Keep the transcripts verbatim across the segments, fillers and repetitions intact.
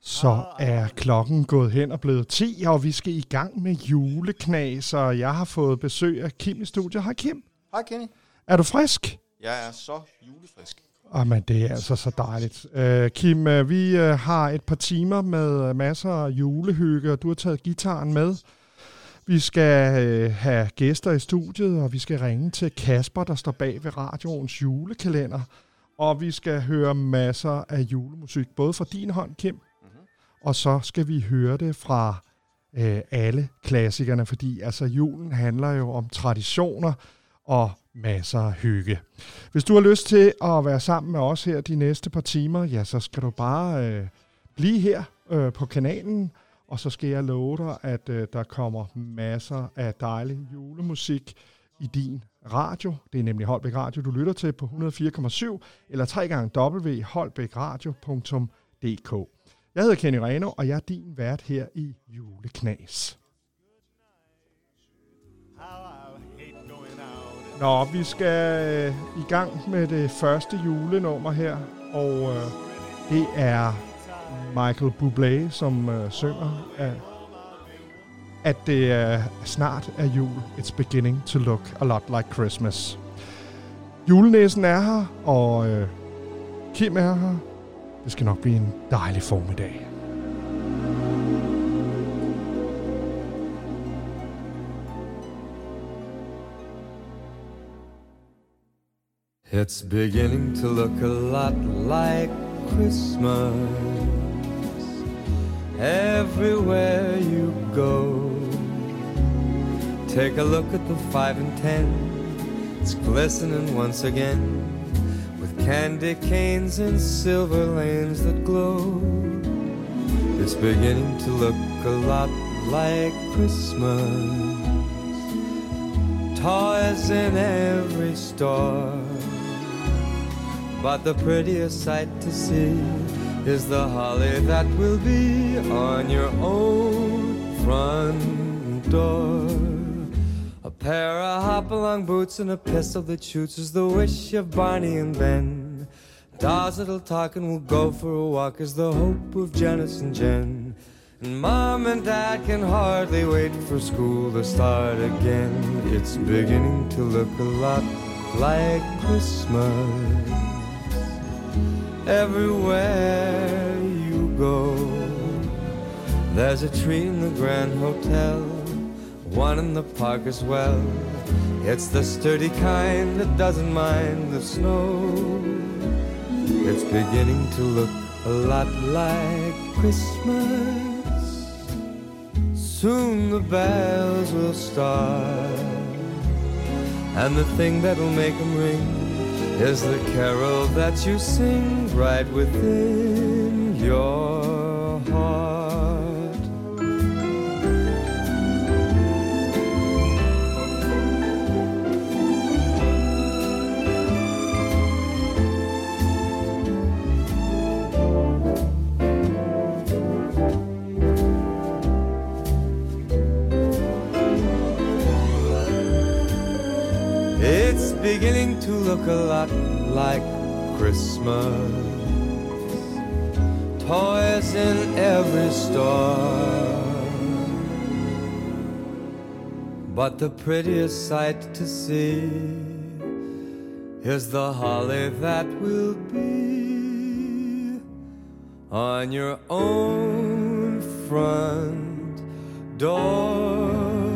Så er klokken gået hen og blevet ti, og vi skal i gang med juleknas, og jeg har fået besøg af Kim i studiet. Hej Kim. Hej Kenny. Er du frisk? Jeg er så julefrisk. Jamen, det er altså så dejligt. Uh, Kim, uh, vi uh, har et par timer med uh, masser af julehygge, og du har taget gitaren med. Vi skal uh, have gæster i studiet, og vi skal ringe til Kasper, der står bag ved radioens julekalender. Og vi skal høre masser af julemusik, både fra din hånd, Kim, mm-hmm. og så skal vi høre det fra uh, alle klassikerne, fordi altså julen handler jo om traditioner og masser af hygge. Hvis du har lyst til at være sammen med os her de næste par timer, ja, så skal du bare øh, blive her øh, på kanalen, og så skal jeg love dig, at øh, der kommer masser af dejlig julemusik i din radio. Det er nemlig Holbæk Radio, du lytter til på hundrede og fire komma syv, eller tre gange w punktum holbækradio punktum d k. Jeg hedder Kenny Reno, og jeg er din vært her i Juleknas. Nå, vi skal øh, i gang med det første julenummer her, og øh, det er Michael Bublé, som øh, synger, øh, at det øh, snart er jul. It's beginning to look a lot like Christmas. Julenæsen er her, og øh, Kim er her. Det skal nok blive en dejlig formiddag. It's beginning to look a lot like Christmas everywhere you go. Take a look at the five and ten. It's glistening once again with candy canes and silver lanes that glow. It's beginning to look a lot like Christmas. Toys in every store. But the prettiest sight to see is the holly that will be on your own front door. A pair of hop-along boots and a pistol that shoots is the wish of Barney and Ben. Dolls that'll talk and will go for a walk is the hope of Janice and Jen. And Mom and Dad can hardly wait for school to start again. It's beginning to look a lot like Christmas everywhere you go. There's a tree in the Grand Hotel, one in the park as well. It's the sturdy kind that doesn't mind the snow. It's beginning to look a lot like Christmas. Soon the bells will start, and the thing that'll make them ring is the carol that you sing right within your heart. It's beginning to look a lot like Christmas. Toys in every store. But the prettiest sight to see is the holly that will be on your own front door.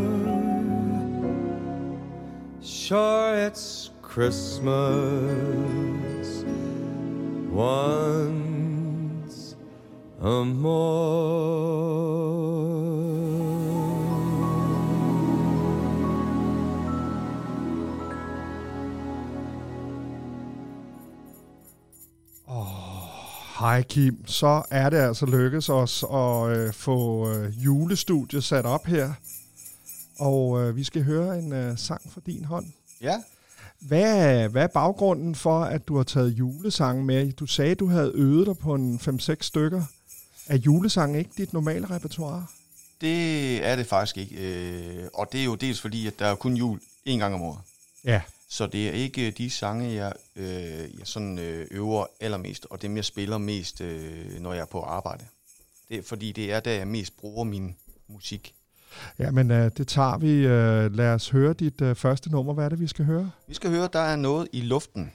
Sure, it's Christmas once a more. Oh, hej Kim. Så er det altså lykkedes os at øh, få øh, julestudiet sat op her. Og øh, vi skal høre en øh, sang fra din hånd. Ja. Hvad, hvad er baggrunden for, at du har taget julesange med? Du sagde, at du havde øvet dig på en fem seks stykker. Er julesange ikke dit normale repertoire? Det er det faktisk ikke. Øh, og det er jo dels fordi, at der er kun jul en gang om året. Ja. Så det er ikke de sange, jeg, øh, jeg sådan, øh, øver allermest, og dem jeg spiller mest, øh, når jeg er på arbejde. Det, fordi det er der, jeg mest bruger min musik. Ja, men uh, det tager vi. Uh, lad os høre dit uh, første nummer. Hvad er det, vi skal høre? Vi skal høre, der er noget i luften.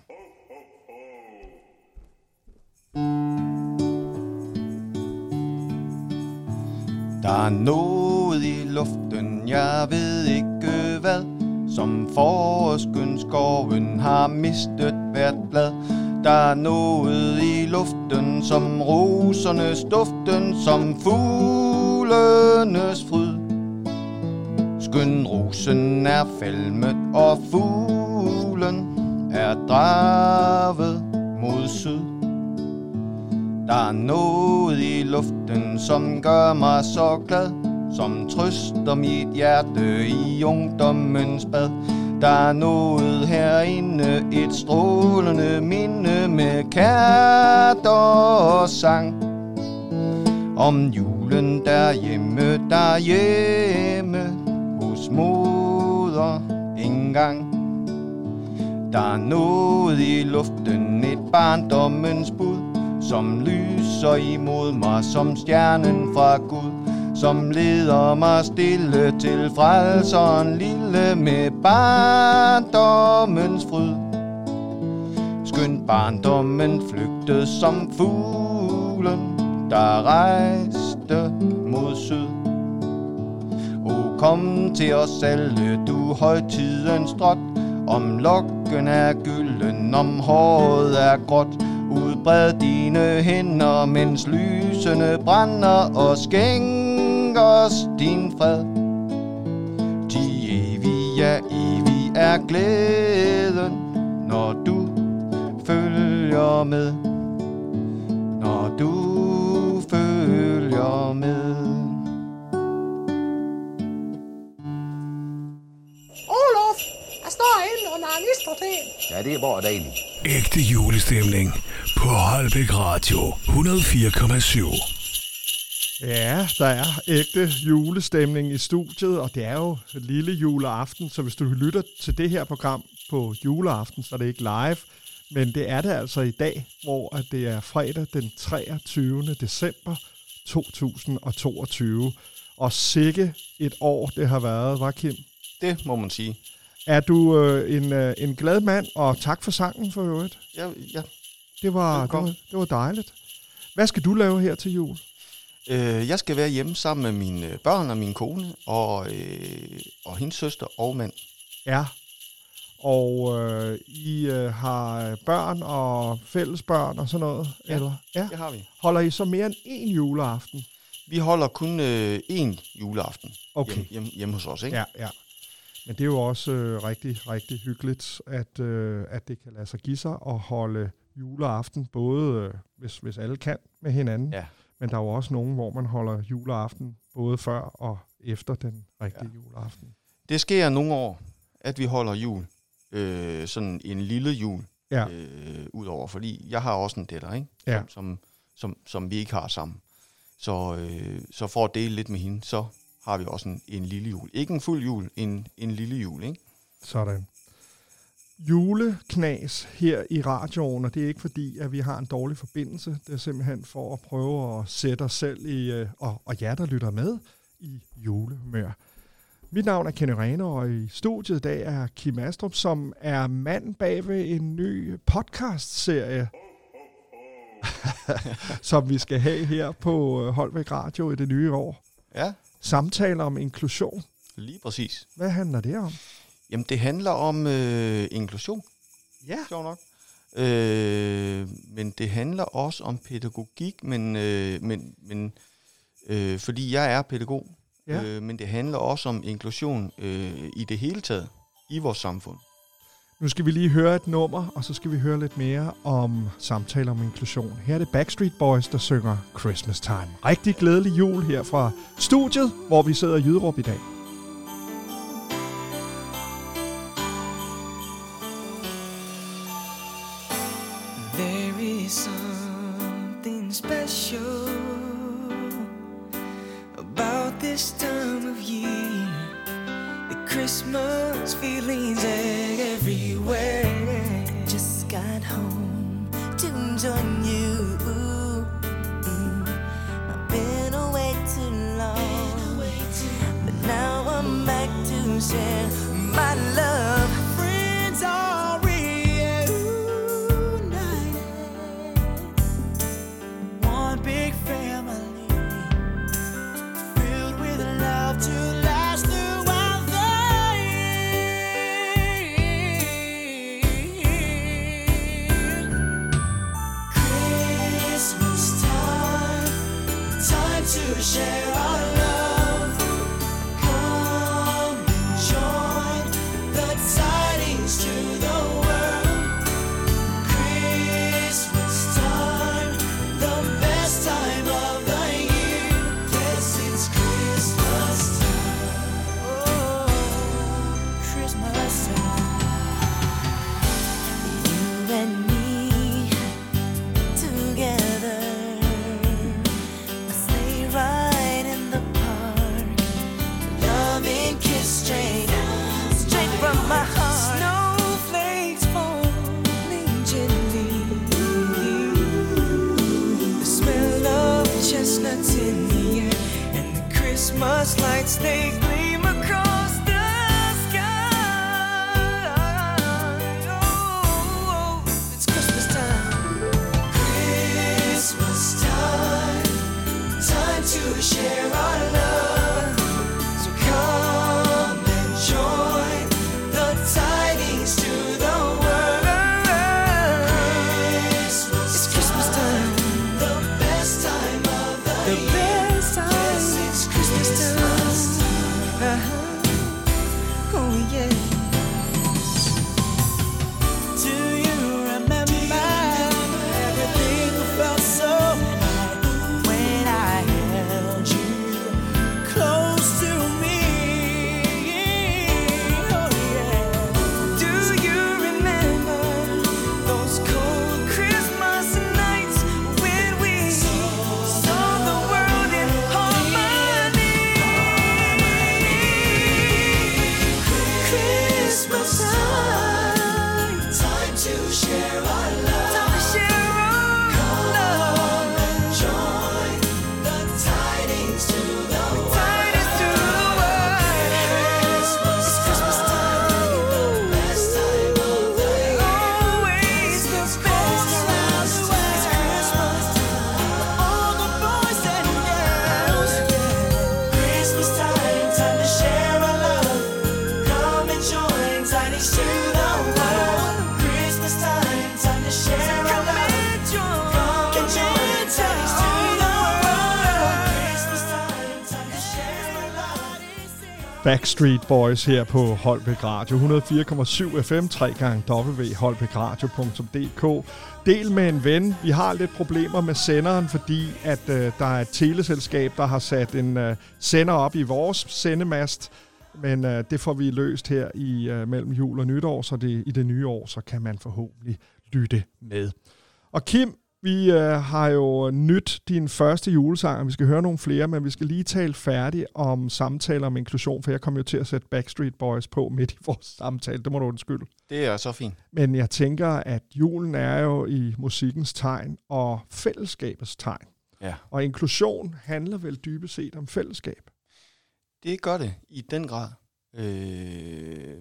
Der er noget i luften, jeg ved ikke hvad, som forårsskønskoven har mistet hvert blad. Der er noget i luften, som rosernes duften, som fuglenes fryd. Skøn rosen er falmet, og fuglen er draget mod syd. Der er noget i luften, som gør mig så glad, som trøster mit hjerte i ungdommens bad. Der er noget herinde, et strålende minde med kærter og sang. Om julen derhjemme, derhjemme, hos moder engang. Der er noget i luften, et barndommens bud, som lyser imod mig som stjernen fra Gud, som leder mig stille til frelseren lille med barndommens fryd. Skønt barndommen flygtede som fuglen, der rejste mod syd. O kom til os alle, du højtidens drot, om lokken er gylden, om håret er gråt. Udbred dine hænder, mens lysene brænder, og skænk os din fred. De evige er evig er glæden, når du følger med. Når du følger med. Olof, jeg står inde under en isterten. Ja, det er bare dejligt. Ægte julestemning på Holbæk Radio hundrede og fire komma syv. Ja, der er ægte julestemning i studiet, og det er jo lille juleaften, så hvis du lytter til det her program på juleaften, så er det ikke live, men det er det altså i dag, hvor det er fredag den treogtyvende december to tusind og toogtyve. Og sikke et år det har været, var Kim? Det må man sige. Er du øh, en, øh, en glad mand, og tak for sangen for øvrigt. Ja, ja. Det var, det, var, det var dejligt. Hvad skal du lave her til jul? Øh, jeg skal være hjemme sammen med mine børn og min kone, og, øh, og hendes søster og mand. Ja, og øh, I øh, har børn og fælles børn og sådan noget? Ja, eller? Ja, det har vi. Holder I så mere end én juleaften? Vi holder kun øh, én juleaften Okay. hjemme, hjemme, hjemme hos os, ikke? Ja, ja. Men det er jo også øh, rigtig, rigtig hyggeligt, at, øh, at det kan lade sig give sig at holde juleaften, både øh, hvis, hvis alle kan med hinanden, Ja. men der er jo også nogen, hvor man holder juleaften både før og efter den rigtige ja. juleaften. Det sker nogle år, at vi holder jul. Øh, sådan en lille jul. Ja. Øh, udover, fordi jeg har også en datter, ikke? Ja. Som, som, som, som vi ikke har sammen. Så, øh, så for at dele lidt med hende, så har vi også en, en lille jul. Ikke en fuld jul, en, en lille jul, ikke? Sådan. Juleknas her i radioen, og det er ikke fordi, at vi har en dårlig forbindelse. Det er simpelthen for at prøve at sætte os selv i, øh, og, og jer, der lytter med, i julehumør. Mit navn er Kenny Rehne, og i studiet i dag er Kim Astrup, som er mand bag ved en ny podcast-serie, som vi skal have her på Holbæk Radio i det nye år. Ja. Samtaler om inklusion. Lige præcis. Hvad handler det om? Jamen, det handler om øh, inklusion. Ja. Sjov nok. Øh, men det handler også om pædagogik, men, øh, men, men øh, fordi jeg er pædagog, ja. øh, men det handler også om inklusion øh, i det hele taget i vores samfund. Nu skal vi lige høre et nummer, og så skal vi høre lidt mere om samtaler om inklusion. Her er det Backstreet Boys, der synger Christmas Time. Rigtig glædelig jul her fra studiet, hvor vi sidder i Jyderup i dag. There is something special about this time of year. The Christmas feelings everywhere. Just got home to join you. Mm. I've been share my love. Friends are reunited, one big family, filled with love to last throughout the year. Christmas time, time to share our love. Come and join the tidings to the world. Christmas time, the best time of the year. Yes, it's Christmas time. Oh, Christmas time. You and me together, a sleigh ride in the park, loving kiss straight, straight from my heart. Snowflakes falling gently, the smell of chestnuts in the air, and the Christmas lights they gleam across the sky. Oh, it's Christmas time. Christmas time, time to share our love. So come and join the tidings to the world. Christmas, it's Christmas time, the best time of the, the year. Best time. Yes, it's Christmas time. Uh-huh. Oh yes. Do you remember everything felt so right when I held you close to me? Oh yeah. Do you remember those cold Christmas nights when we saw the world in harmony? Christmas time, time to share our love. Time to share our love. Come and join the tidings to the world. Tidings to the world. Christmas, it's Christmas time, the best time of the year. Always the best time. It's Christmas time for all the boys and girls. Christmas time, time to share our love. Come and join tidings to the world. Christmas time, time to share our love. Come and join tidings to the world. Christmas time, time to share our love. Backstreet Boys her på Holbæk Radio. hundrede og fire komma syv F M, tre gange w punktum holbæk radio punktum d k. Del med en ven. Vi har lidt problemer med senderen, fordi at øh, der er et teleselskab, der har sat en øh, sender op i vores sendemast. Men øh, det får vi løst her i øh, mellem jul og nytår, så det, i det nye år, så kan man forhåbentlig lytte med. Og Kim, vi øh, har jo nyt din første julesang, og vi skal høre nogle flere, men vi skal lige tale færdigt om samtaler om inklusion, for jeg kommer jo til at sætte Backstreet Boys på midt i vores samtale. Det må du undskylde. Det er så fint. Men jeg tænker, at julen er jo i musikkens tegn og fællesskabets tegn. Ja. Og inklusion handler vel dybest set om fællesskab. Det gør det i den grad. Øh,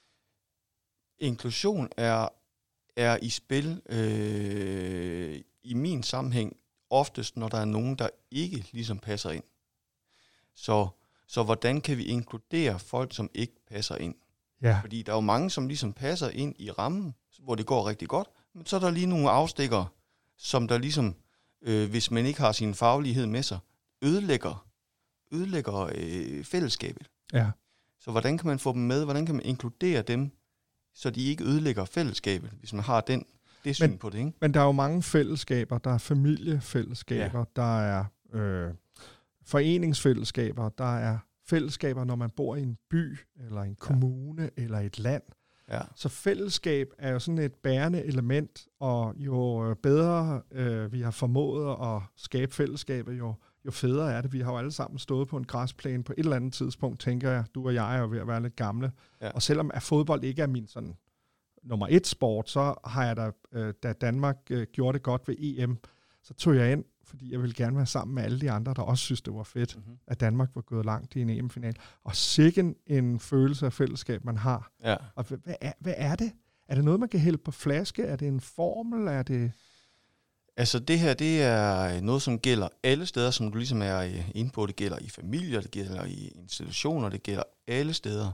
inklusion er, er i spil øh, i min sammenhæng oftest, når der er nogen, der ikke ligesom passer ind. Så, så hvordan kan vi inkludere folk, som ikke passer ind? Ja. Fordi der er jo mange, som ligesom passer ind i rammen, hvor det går rigtig godt, men så er der lige nogle afstikkere, som der ligesom, øh, hvis man ikke har sin faglighed med sig, ødelægger, ødelægger øh, fællesskabet. Ja. Så hvordan kan man få dem med? Hvordan kan man inkludere dem, så de ikke ødelægger fællesskabet, hvis man har den, det syn men, på det, ikke? Men der er jo mange fællesskaber. Der er familiefællesskaber, ja. Der er øh, foreningsfællesskaber, der er fællesskaber, når man bor i en by, eller en kommune, ja. Eller et land. Ja. Så fællesskab er jo sådan et bærende element, og jo bedre øh, vi har formået at skabe fællesskabet, jo, jo federe er det. Vi har jo alle sammen stået på en græsplæne på et eller andet tidspunkt, tænker jeg. Du og jeg er jo ved at være lidt gamle. Ja. Og selvom at fodbold ikke er min sådan nummer et sport, så har jeg da, øh, da Danmark øh, gjorde det godt ved E M, så tog jeg ind fordi jeg ville gerne være sammen med alle de andre, der også synes, det var fedt, Mm-hmm. at Danmark var gået langt i en E M-final. Og sikken en følelse af fællesskab, man har. Ja. Og hvad, hvad, er, hvad er det? Er det noget, man kan hælde på flaske? Er det en formel? Er det... Altså det her, det er noget, som gælder alle steder, som du ligesom er øh, inde på. Det gælder i familier, det gælder i institutioner, det gælder alle steder.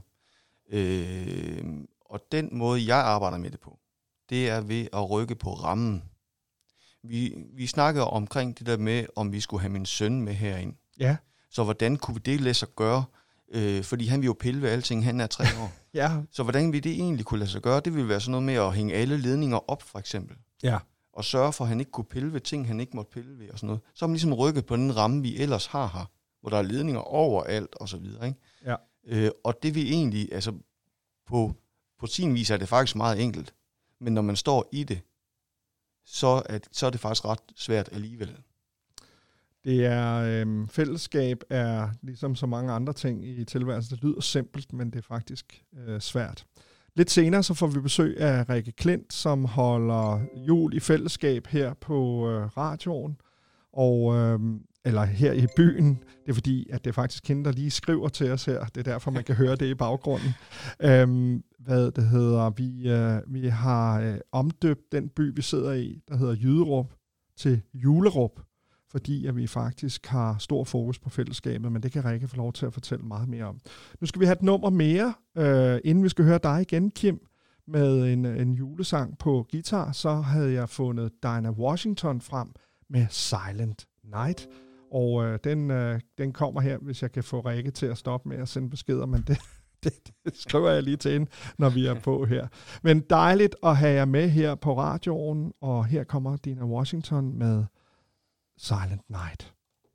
Øh, og den måde, jeg arbejder med det på, det er ved at rykke på rammen. Vi, vi snakker omkring det der med, om vi skulle have min søn med herind. Ja. Så hvordan kunne vi det lade sig gøre? Øh, fordi han vil jo pille ved alting, han er tre år. Ja. Så hvordan vi det egentlig kunne lade sig gøre? Det ville være sådan noget med at hænge alle ledninger op, for eksempel. Ja. Og sørge for, at han ikke kunne pille ved ting, han ikke måtte pille ved og sådan noget. Så har man ligesom rykket på den ramme, vi ellers har her, hvor der er ledninger overalt og så videre, ikke? Ja. Øh, og det vi egentlig, altså på, på sin vis er det faktisk meget enkelt. Men når man står i det, så er, så er det faktisk ret svært alligevel. Det er, øhm, fællesskab er ligesom så mange andre ting i tilværelsen. Det lyder simpelt, men det er faktisk øh, svært. Lidt senere så får vi besøg af Rikke Klint, som holder jul i fællesskab her på øh, radioen, og, øh, eller her i byen. Det er fordi, at det er faktisk hende, der lige skriver til os her. Det er derfor, man kan høre det i baggrunden. Øhm, hvad det hedder, vi, øh, vi har øh, omdøbt den by, vi sidder i, der hedder Jyderup, til Julerup, fordi at vi faktisk har stor fokus på fællesskabet, men det kan Rikke få lov til at fortælle meget mere om. Nu skal vi have et nummer mere, øh, inden vi skal høre dig igen, Kim, med en, en julesang på guitar, så havde jeg fundet Dinah Washington frem med Silent Night, og øh, den, øh, den kommer her, hvis jeg kan få Rikke til at stoppe med at sende beskeder, men det, det, det skriver jeg lige til hende, når vi er på her. Men dejligt at have jer med her på radioen, og her kommer Dinah Washington med Silent Night.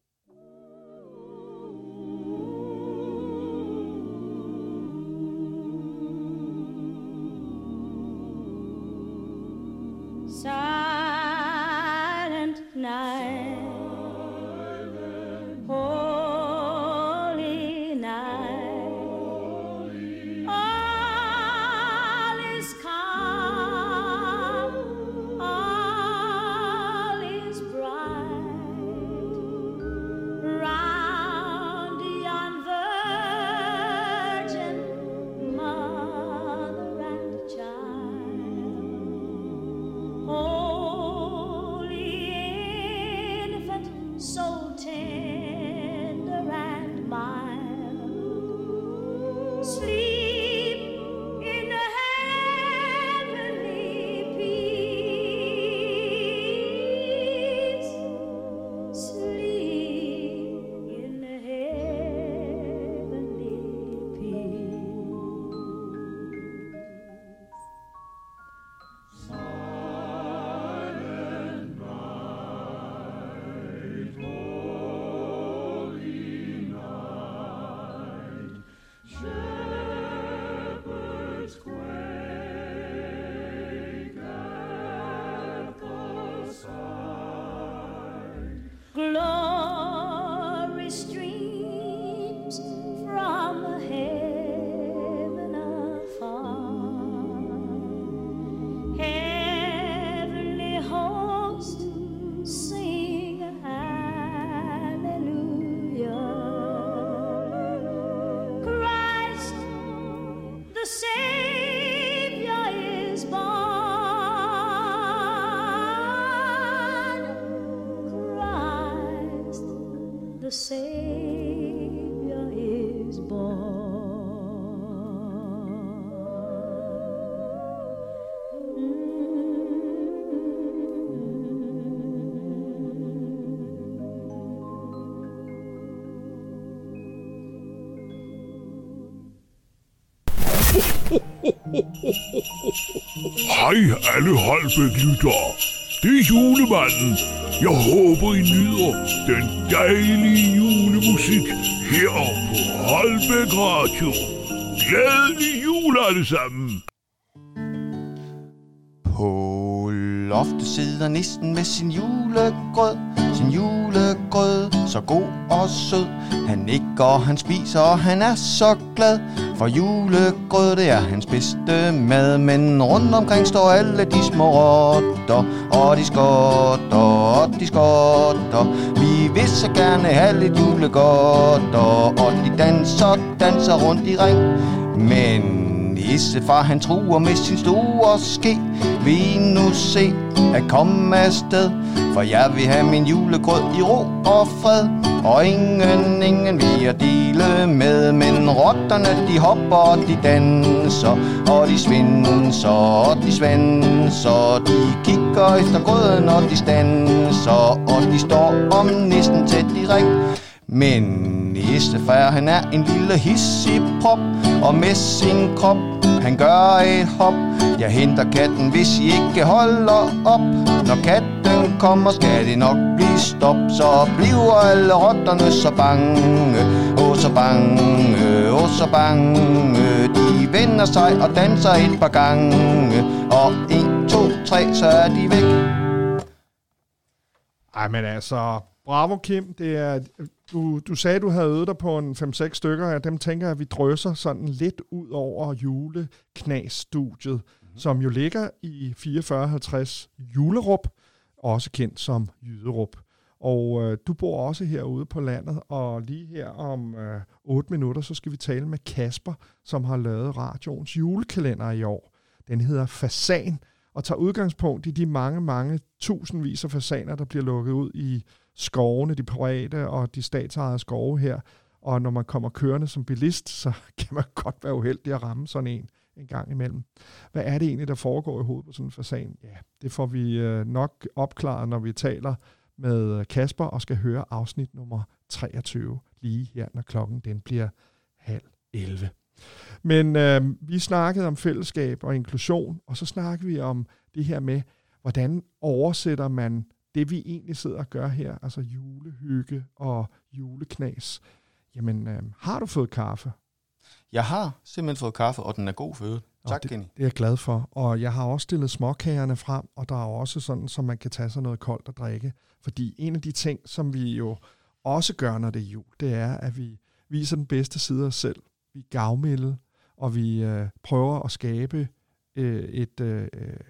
Silent night, holy night, all is calm, all is bright, round yon virgin mother and child. Holy infant, so tender and mild, sleep in heavenly peace, sleep in heavenly peace. Glory streams from heaven afar. Heavenly host sing hallelujah. Christ the Savior is born. Christ the Savior is born. Hej alle Holbæk-lyttere. Det er julemanden. Jeg håber, I nyder den dejlige julemusik her på Holbæk Radio. Glædelig jul alle sammen. På loftet sidder nissen med sin julegrød, sin julegrød, så god og sød. Han nikker, han spiser, og han er så glad. For julegrød, det er hans bedste mad. Men rundt omkring står alle de små rotter, og de skotter, og de skotter. Vi vil så gerne have lidt julegodter, og de danser, danser rundt i ring. Men nissefar han truer med sin store ske. Vil I nu se at komme afsted? For jeg vil have min julegrød i ro og fred, og ingen, ingen vil jeg dele med. Men rotterne de hopper og de danser, og de svinser og de svanser. De kigger efter grøden og de stanser, og de står om næsten tæt i ring. Men nissefar han er en lille hissig prop, og med sin krop han gør et hop. Jeg henter katten, hvis I ikke holder op. Når katten kommer, skal det nok blive stop. Så bliver alle rotterne så bange, åh så bange, åh så bange. De vender sig og danser et par gange, og en, to, tre, så er de væk. Ej, men altså, bravo Kim. Det er, du, du sagde, du havde øvet dig på en fem seks stykker, og dem tænker jeg, at vi drøser sådan lidt ud over juleknas-studiet, mm-hmm. som jo ligger i fireogfyrre halvtreds Julerup, også kendt som Jyderup. Og øh, du bor også herude på landet, og lige her om øh, otte minutter, så skal vi tale med Kasper, som har lavet radioens julekalender i år. Den hedder Fasan, og tager udgangspunkt i de mange, mange tusindvis af fasaner, der bliver lukket ud i skovene, de private og de statsejede skove her. Og når man kommer kørende som bilist, så kan man godt være uheldig at ramme sådan en en gang imellem. Hvad er det egentlig, der foregår i hovedet på sådan en fasan? Ja, det får vi øh, nok opklaret, når vi taler med Kasper og skal høre afsnit nummer treogtyve lige her, når klokken den bliver halv elleve. Men øh, vi snakkede om fællesskab og inklusion, og så snakkede vi om det her med, hvordan oversætter man det, vi egentlig sidder og gør her, altså julehygge og juleknas. Jamen, øh, har du fået kaffe? Jeg har simpelthen fået kaffe, og den er god for øvrigt. Tak, det, Kenny. Det er jeg glad for. Og jeg har også stillet småkagerne frem, og der er også sådan, så man kan tage sig noget koldt at drikke. Fordi en af de ting, som vi jo også gør, når det er jul, det er, at vi viser den bedste side af os selv. Vi er gavmilde, og vi øh, prøver at skabe øh, et øh,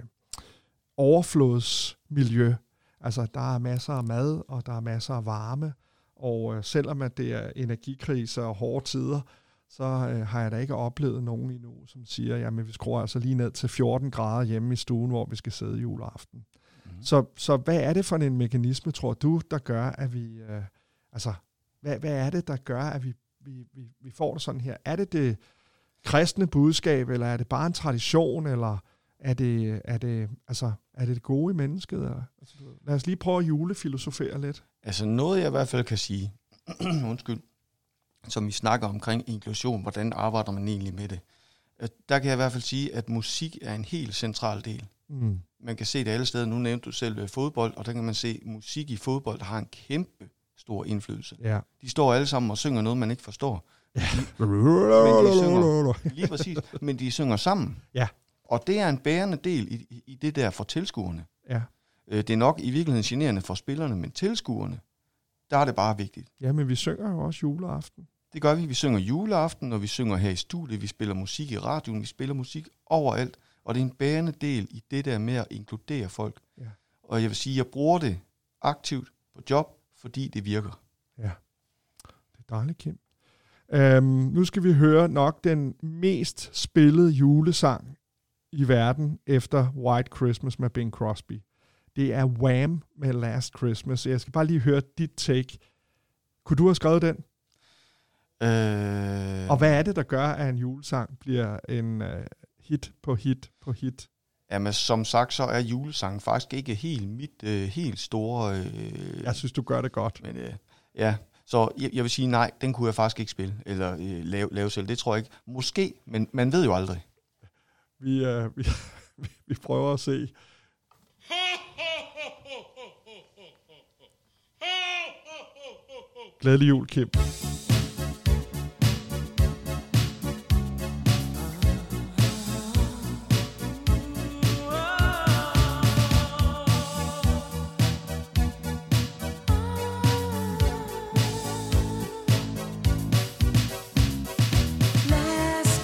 overflodsmiljø. Altså, der er masser af mad, og der er masser af varme. Og øh, selvom at det er energikrise og hårde tider, så øh, har jeg da ikke oplevet nogen endnu, som siger, jamen vi skruer altså lige ned til fjorten grader hjemme i stuen, hvor vi skal sidde juleaften. Mm. Så, så hvad er det for en mekanisme, tror du, der gør, at vi... Øh, altså, hvad, hvad er det, der gør, at vi, vi, vi, vi får det sådan her? Er det det kristne budskab, eller er det bare en tradition, eller er det, er det, altså, er det det gode i mennesket? Eller? Altså, lad os lige prøve at julefilosofere lidt. Altså noget, jeg i hvert fald kan sige, undskyld, som vi snakker omkring inklusion, hvordan arbejder man egentlig med det? Der kan jeg i hvert fald sige, at musik er en helt central del. Mm. Man kan se det alle steder. Nu nævnte du selv fodbold, og der kan man se, at musik i fodbold har en kæmpe stor indflydelse. Ja. De står alle sammen og synger noget, man ikke forstår. Ja. De, men de synger, lige præcis, men de synger sammen. Ja. Og det er en bærende del i, i det der for tilskuerne. Ja. Det er nok i virkeligheden generende for spillerne, men tilskuerne, der er det bare vigtigt. Ja, men vi synger jo også juleaften. Det gør vi. Vi synger juleaften, og vi synger her i studiet. Vi spiller musik i radioen. Vi spiller musik overalt. Og det er en bærende del i det der med at inkludere folk. Ja. Og jeg vil sige, at jeg bruger det aktivt på job, fordi det virker. Ja, det er dejligt, Kim. Um, nu skal vi høre nok den mest spillede julesang i verden efter White Christmas med Bing Crosby. Det er Wham med Last Christmas. Jeg skal bare lige høre dit take. Kunne du have skrevet den? Øh... Og hvad er det, der gør, at en julesang bliver en uh, hit på hit på hit? Jamen, som sagt, så er julesangen faktisk ikke helt mit uh, helt store... Uh, jeg synes, du gør det godt. Men, uh, ja, så jeg, jeg vil sige nej, den kunne jeg faktisk ikke spille, eller uh, lave, lave selv. Det tror jeg ikke. Måske, men man ved jo aldrig. Vi, uh, vi, vi prøver at se... Glædelig jul, Kim. Last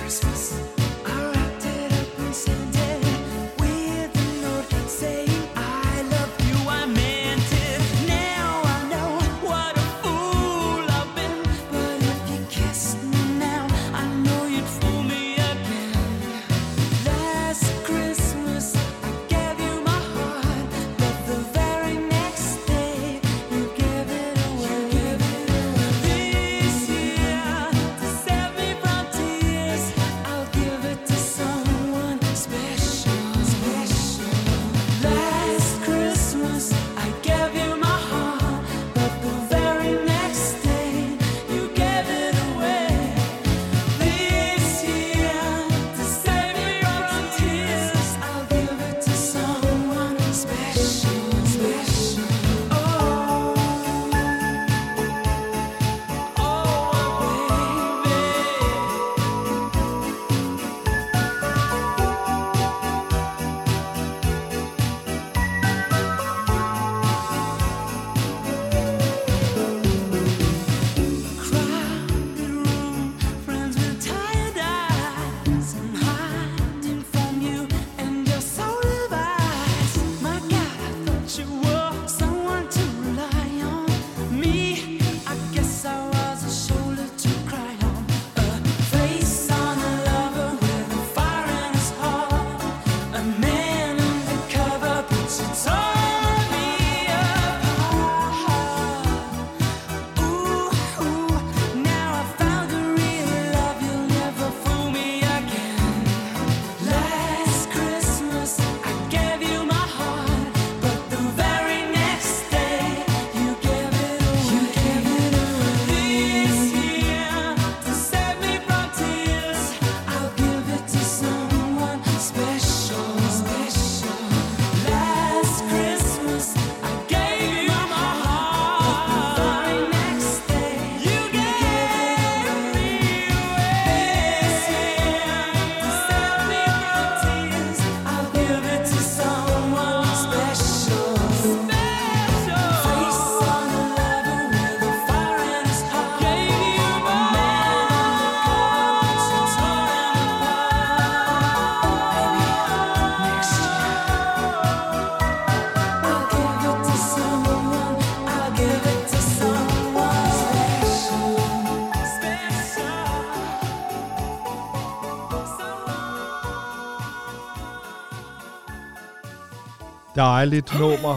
Dejligt nummer.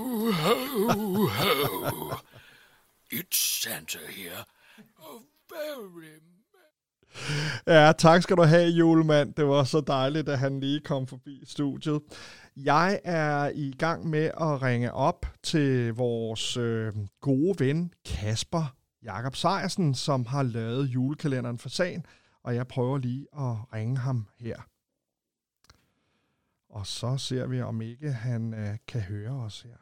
It's Santa here. Oh, very... Ja, tak skal du have, julemand. Det var så dejligt, at han lige kom forbi studiet. Jeg er i gang med at ringe op til vores øh, gode ven Kasper Jakob Sejersen, som har lavet julekalenderen Fasan, og jeg prøver lige at ringe ham her. Og så ser vi, om ikke han øh, kan høre os her.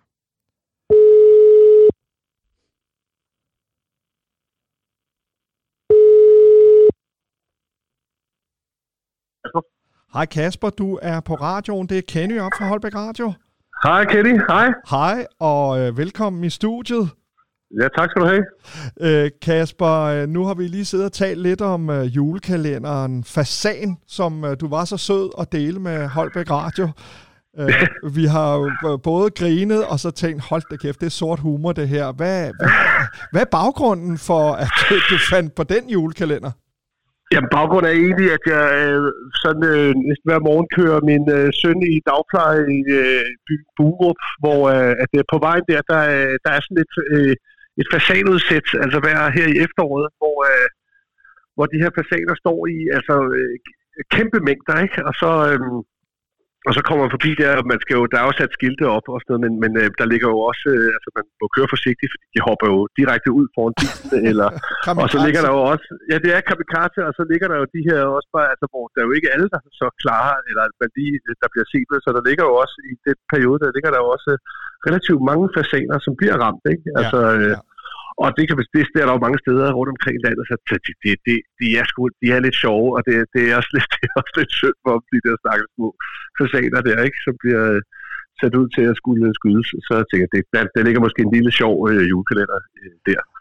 Hej Kasper, du er på radioen. Det er Kenny op fra Holbæk Radio. Hej Kenny, hej. Hej, og øh, velkommen i studiet. Ja, tak skal du have. Øh, Kasper, nu har vi lige siddet og talt lidt om øh, julekalenderen Fasan, som øh, du var så sød at dele med Holbæk Radio. Øh, vi har jo både grinet og så tænkt, hold da kæft, det er sort humor det her. Hvad, hvad, hvad er baggrunden for, at du, du fandt på den julekalender? Jamen, baggrunden er egentlig, at jeg øh, sådan øh, næsten hver morgen kører min øh, søn i dagpleje i øh, byen Burup, hvor øh, at, øh, på vejen der, der, øh, der er sådan et, øh, et fasanudsæt, altså hver her i efteråret, hvor, øh, hvor de her fasaner står i altså øh, kæmpe mængder, ikke? Og så, øh, og så kommer man forbi der, og man skal jo, der er jo sat skilte op og sådan noget, men, men øh, der ligger jo også, øh, altså man må køre forsigtigt, fordi de hopper jo direkte ud foran bilen, eller, og så ligger der jo også, ja det er kamikaze, og så ligger der jo de her også bare, altså hvor der er jo ikke alle, der er så klare, eller man lige, der bliver set, så der ligger jo også i den periode, der ligger der jo også relativt mange fasaner, som bliver ramt, ikke? Altså, ja, ja. Og det, kan, det, det er der jo mange steder rundt omkring i landet, så de, de, de, de, er, sgu, de er lidt sjove, og det, det, er, også lidt, det er også lidt synd for de der stakkels små fasaner der, ikke, som bliver sat ud til at skulle skydes. Så jeg tænker, det, der, der ligger måske en lille sjov øh, julekalender øh, der.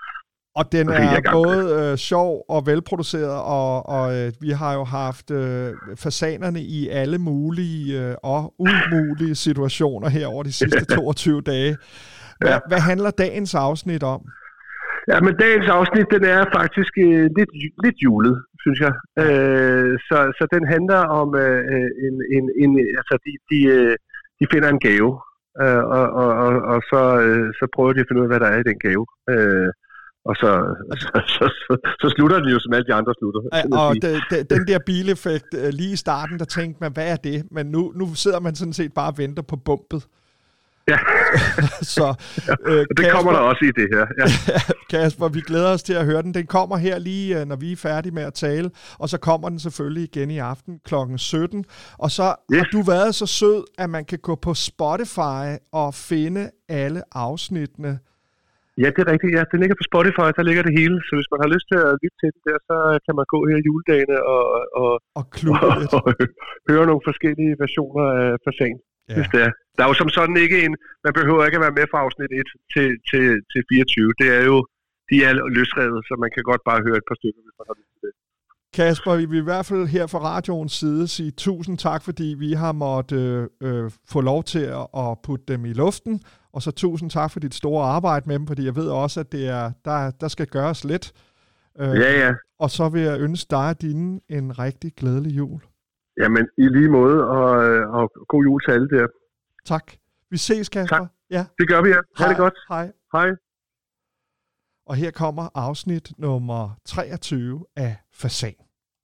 Og den Okay, jeg er er i gang. både øh, sjov og velproduceret, og, og øh, vi har jo haft øh, fasanerne i alle mulige øh, og umulige situationer her over de sidste toogtyve dage. Hvad, Ja. hvad handler dagens afsnit om? Ja, men dagens afsnit, den er faktisk øh, lidt, lidt julet, synes jeg. Øh, så, så den handler om øh, en, en, en, altså de, de, øh, de finder en gave, øh, og, og, og, og så, øh, så prøver de at finde ud af, hvad der er i den gave. Øh, og så, så, så, så, så slutter den jo, som alle de andre slutter. Ja, og de, de, den der bileffekt, øh, lige i starten, der tænkte man, hvad er det? Men nu, nu sidder man sådan set bare og venter på bumpet. Ja, Så, øh, det Kasper, kommer der også i det her. Ja. Kasper, vi glæder os til at høre den. Den kommer her lige, når vi er færdige med at tale, og så kommer den selvfølgelig igen i aften klokken sytten. Og så yes. har du været så sød, at man kan gå på Spotify og finde alle afsnittene. Ja, det er rigtigt. Ja, den ligger på Spotify, der ligger det hele. Så hvis man har lyst til at lytte til den der, så kan man gå her i juledagene og, og, og, og, og, og høre nogle forskellige versioner af Fasan. Ja. Hvis det er. Der er jo som sådan ikke en, man behøver ikke at være med fra afsnit et til, til, til fireogtyve. Det er jo, de er løsrevet, så man kan godt bare høre et par stykker, hvis man har lyst til det. Kasper, vi vil i hvert fald her fra radioens side sige tusind tak, fordi vi har måttet øh, få lov til at, at putte dem i luften. Og så tusind tak for dit store arbejde med dem, fordi jeg ved også, at det er, der, der skal gøres lidt. Øh, ja, ja. Og så vil jeg ønske dig og dine en rigtig glædelig jul. Jamen, i lige måde, og, og god jul til alle der. Tak. Vi ses, Kasper. Tak. Ja. Det gør vi, ja. Ha' det godt. Hej. Hej. Og her kommer afsnit nummer treogtyve af Fasan.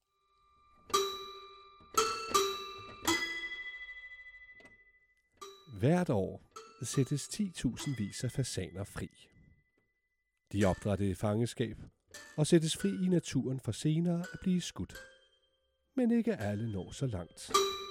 Hvert år sættes ti tusind vis af fasaner fri. De er opdrættet i fangeskab og sættes fri i naturen for senere at blive skudt. Men ikke alle når så langt.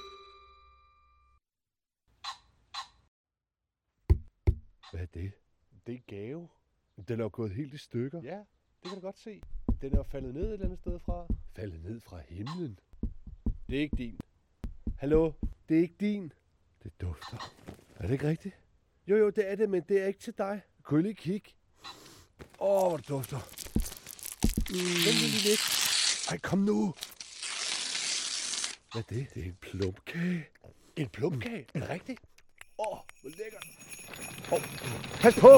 Hvad er det? Det er gave. Den er jo gået helt i stykker. Ja, det kan du godt se. Den er jo faldet ned et eller andet sted fra. Faldet ned fra himlen. Det er ikke din. Hallo? Det er ikke din. Det dufter. Er det ikke rigtigt? Jo, jo, det er det, men det er ikke til dig. Kunne I lige kigge? Åh, oh, hvor det dufter. Mm. Den vil lige væk. Ej, kom nu. Hvad er det? Det er en plumkage. En plumkage? Mm. Er det rigtigt? Åh, oh, hvor lækkert. Åh, oh. Pas på!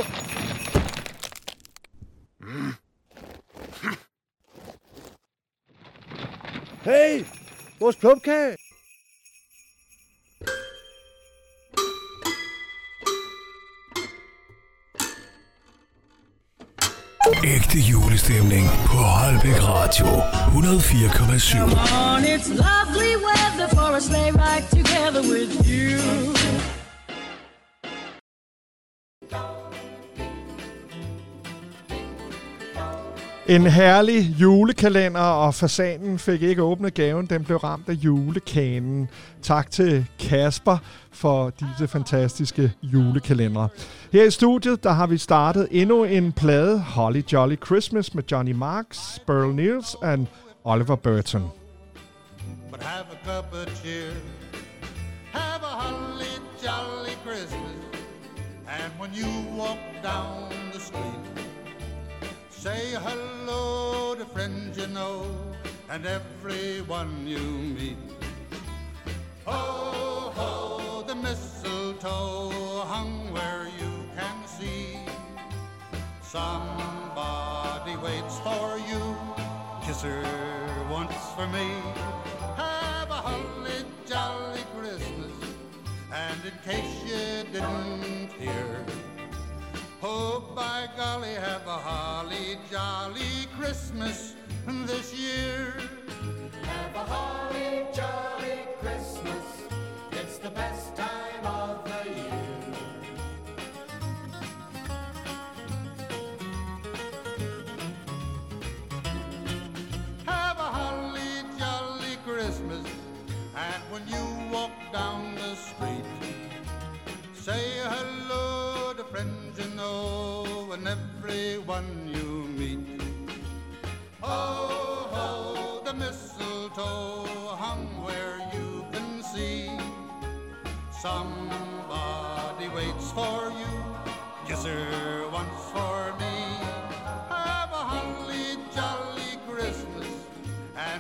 Mm. Hey! Vores plumkage! Ægte julestemning på Holbæk Radio hundrede og fire komma syv. Come on, it's lovely weather for a sleigh ride together with you. En herlig julekalender, og fasanen fik ikke åbnet gaven. Den blev ramt af julekanen. Tak til Kasper for disse fantastiske julekalendere. Her i studiet, der har vi startet endnu en plade, Holly Jolly Christmas, med Johnny Marks, Burl Niels og Oliver Burton. But have a cup of cheer, have a holly jolly Christmas, and when you walk down the street, say hello to friends you know and everyone you meet. Ho, ho, the mistletoe hung where you can see. Somebody waits for you, kiss her once for me. Have a holly jolly Christmas, and in case you didn't hear, oh, by golly, have a holly jolly Christmas this year. Have a holly jolly Christmas, it's the best time of the year. Have a holly jolly Christmas, and when you walk down the street, say hello to friends you know and everyone you meet. Ho, ho, the mistletoe hung where you can see. Somebody waits for you, kiss her once for me. Have a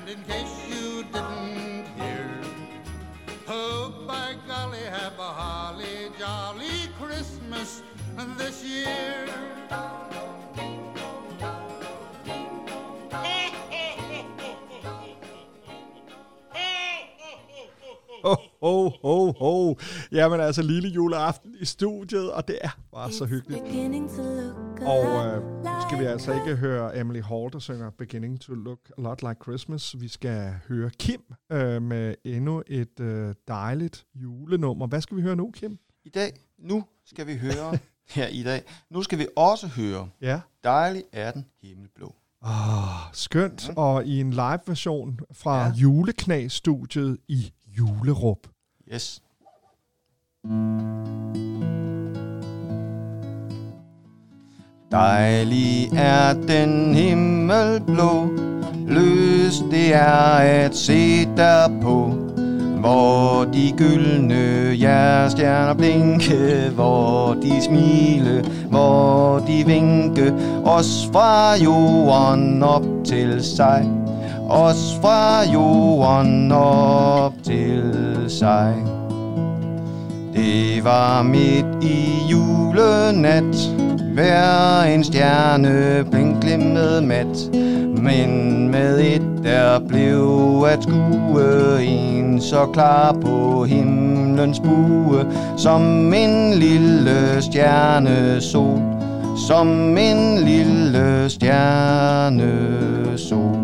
And in case you didn't hear, oh, by golly, have a holly jolly Christmas this year. Ho, ho, ho, ho. Jamen altså, lille juleaften i studiet, og det er bare så hyggeligt. Og øh, skal vi altså ikke høre Emily Hall, der synger Beginning to Look a Lot Like Christmas. Vi skal høre Kim øh, med endnu et øh, dejligt julenummer. Hvad skal vi høre nu, Kim? I dag, nu skal vi høre, her i dag, nu skal vi også høre, ja. Dejlig er den himmelblå. Oh, skønt, mm. og i en live-version fra ja. Juleknas-studiet i Julerup. Yes. Dejlig er den himmel blå, løs det er at se derpå, hvor de gyldne jernstjerner blinke, hvor de smile, hvor de vinke, os fra jorden op til sig, os fra jorden op til sig. Det var midt i julenat, hver en stjerne blinkglimmede mat, men med et der blev at skue, en så klar på himlens bue, som en lille stjernesol, som en lille stjernesol.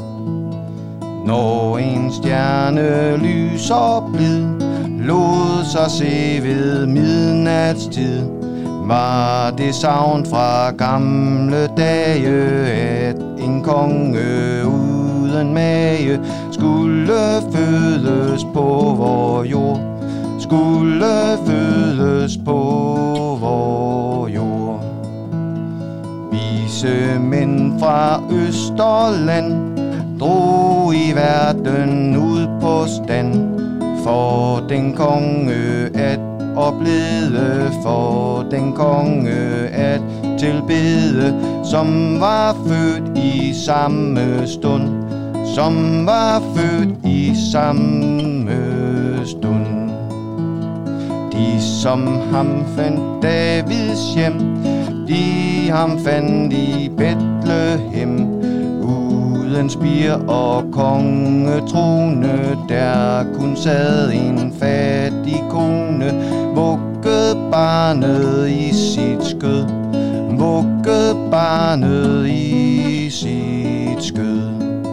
Når en stjerne lyser blid, lod sig se ved midnatstid, var det savn fra gamle dage, at en konge uden mage skulle fødes på vor jord, skulle fødes på vor jord. Vise mænd fra Østerland drog i verden ud på stand, for den konge at oplede, for den konge at tilbede, som var født i samme stund, som var født i samme stund. De som ham fandt Davids hjem, de ham fandt i Bethlehem, uden spir og kongetrone, der kun sad en fattig kone, vuggede barnet i sit skød, vuggede barnet i sit skød.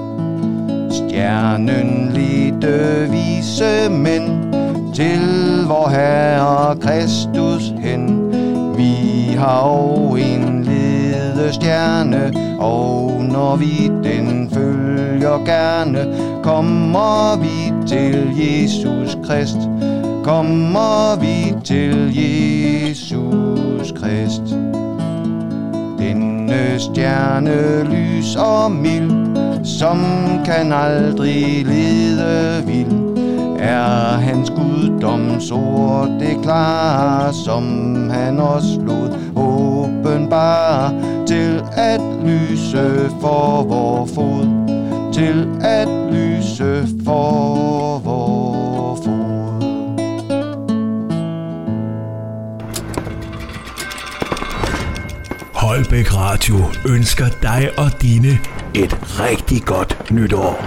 Stjernen ledte vise mænd til vor Herre Kristus hen. Vi har jo en ledestjerne, og når vi den følger gerne, kommer vi til Jesus Krist, kommer vi til Jesus Krist. Denne stjerne lys og mild, som kan aldrig lede vild, er hans guddoms ord det klare, som han også lod åbenbare, til at lyse for vor fod, til at lyse for vor fod. Holbæk Radio ønsker dig og dine et rigtig godt nytår.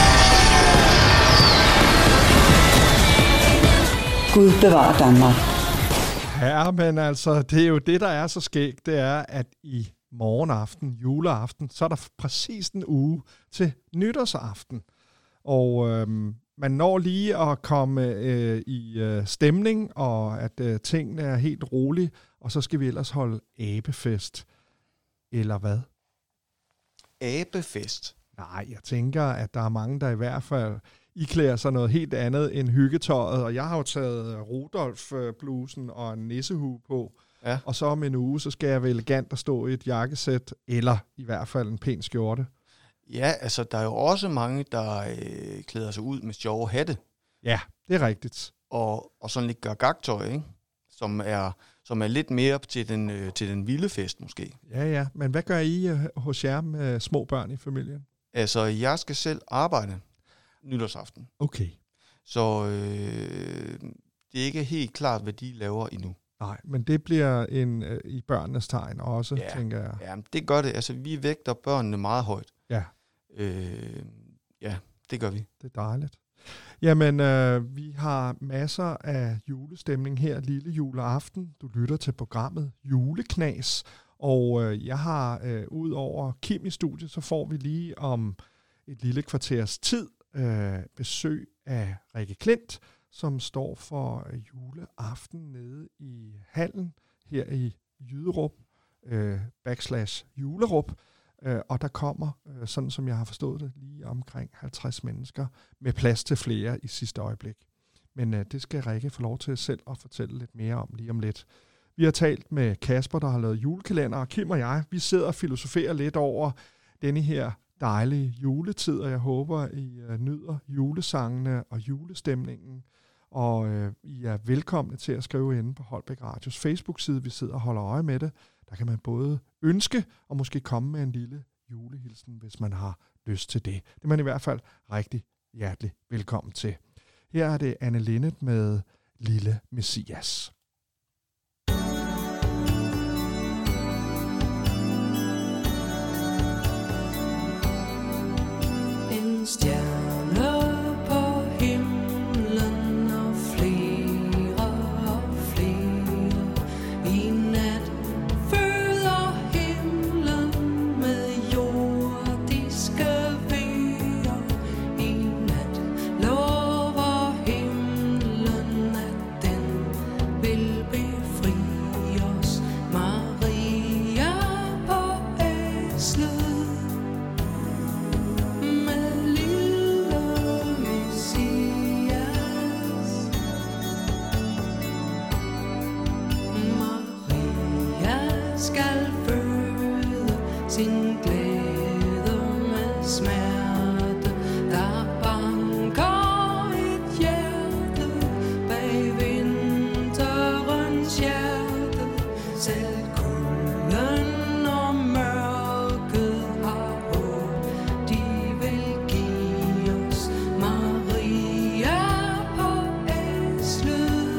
Gud bevarer Danmark. Ja, men altså, det er jo det, der er så skægt, det er, at i morgenaften, juleaften, så er der præcis en uge til nytårsaften. Og øhm, man når lige at komme øh, i øh, stemning, og at øh, tingene er helt rolige, og så skal vi ellers holde abefest. Eller hvad? Abefest? Nej, jeg tænker, at der er mange, der i hvert fald iklæder sig noget helt andet end hyggetøjet, og jeg har jo taget Rudolf-blusen og en nissehue på, ja. Og så om en uge, så skal jeg være elegant og stå i et jakkesæt, eller i hvert fald en pæn skjorte. Ja, altså der er jo også mange, der øh, klæder sig ud med sjove hatte. Ja, det er rigtigt. Og, og sådan lidt gagagtøj, ikke? Som er, som er lidt mere til den, øh, til den vilde fest måske. Ja, ja. Men hvad gør I øh, hos jer med små børn i familien? Altså, jeg skal selv arbejde nytårsaften. Okay. Så øh, det er ikke helt klart, hvad de laver endnu. Nej, men det bliver en øh, i børnenes tegn også, ja, tænker jeg. Ja, det gør det. Altså, vi vægter børnene meget højt. Ja. Øh, ja, det gør vi. Det er dejligt. Jamen, øh, vi har masser af julestemning her lille juleaften. Du lytter til programmet Juleknas, og øh, jeg har øh, ud over Kim i studiet, så får vi lige om et lille kvarters tid øh, besøg af Rikke Klint, som står for øh, juleaften nede i hallen her i Jyderup, øh, backslash Julerup. Øh, og der kommer, øh, sådan som jeg har forstået det, lige omkring halvtreds mennesker med plads til flere i sidste øjeblik. Men øh, det skal Rikke få lov til selv at fortælle lidt mere om lige om lidt. Vi har talt med Kasper, der har lavet julekalender, og Kim og jeg, vi sidder og filosoferer lidt over denne her dejlige juletid, og jeg håber, I øh, nyder julesangene og julestemningen. Og øh, I er velkomne til at skrive inde på Holbæk Radios Facebook-side. Vi sidder og holder øje med det. Der kan man både ønske og måske komme med en lille julehilsen, hvis man har lyst til det. Det er man i hvert fald rigtig hjertelig velkommen til. Her er det Anne Linnet med Lille Messias. En stjerne på himlen og flere og flere i nat føder himlen med jordiske vejer. I nat lover himlen, at den vil befri os. Maria på æslet med lille Messias. Maria skal føde sin glæde med smerte. Der banker et hjerte bag vinterens hjerte. Selv kulden og mørket har håb, de vil give os. Maria på æslet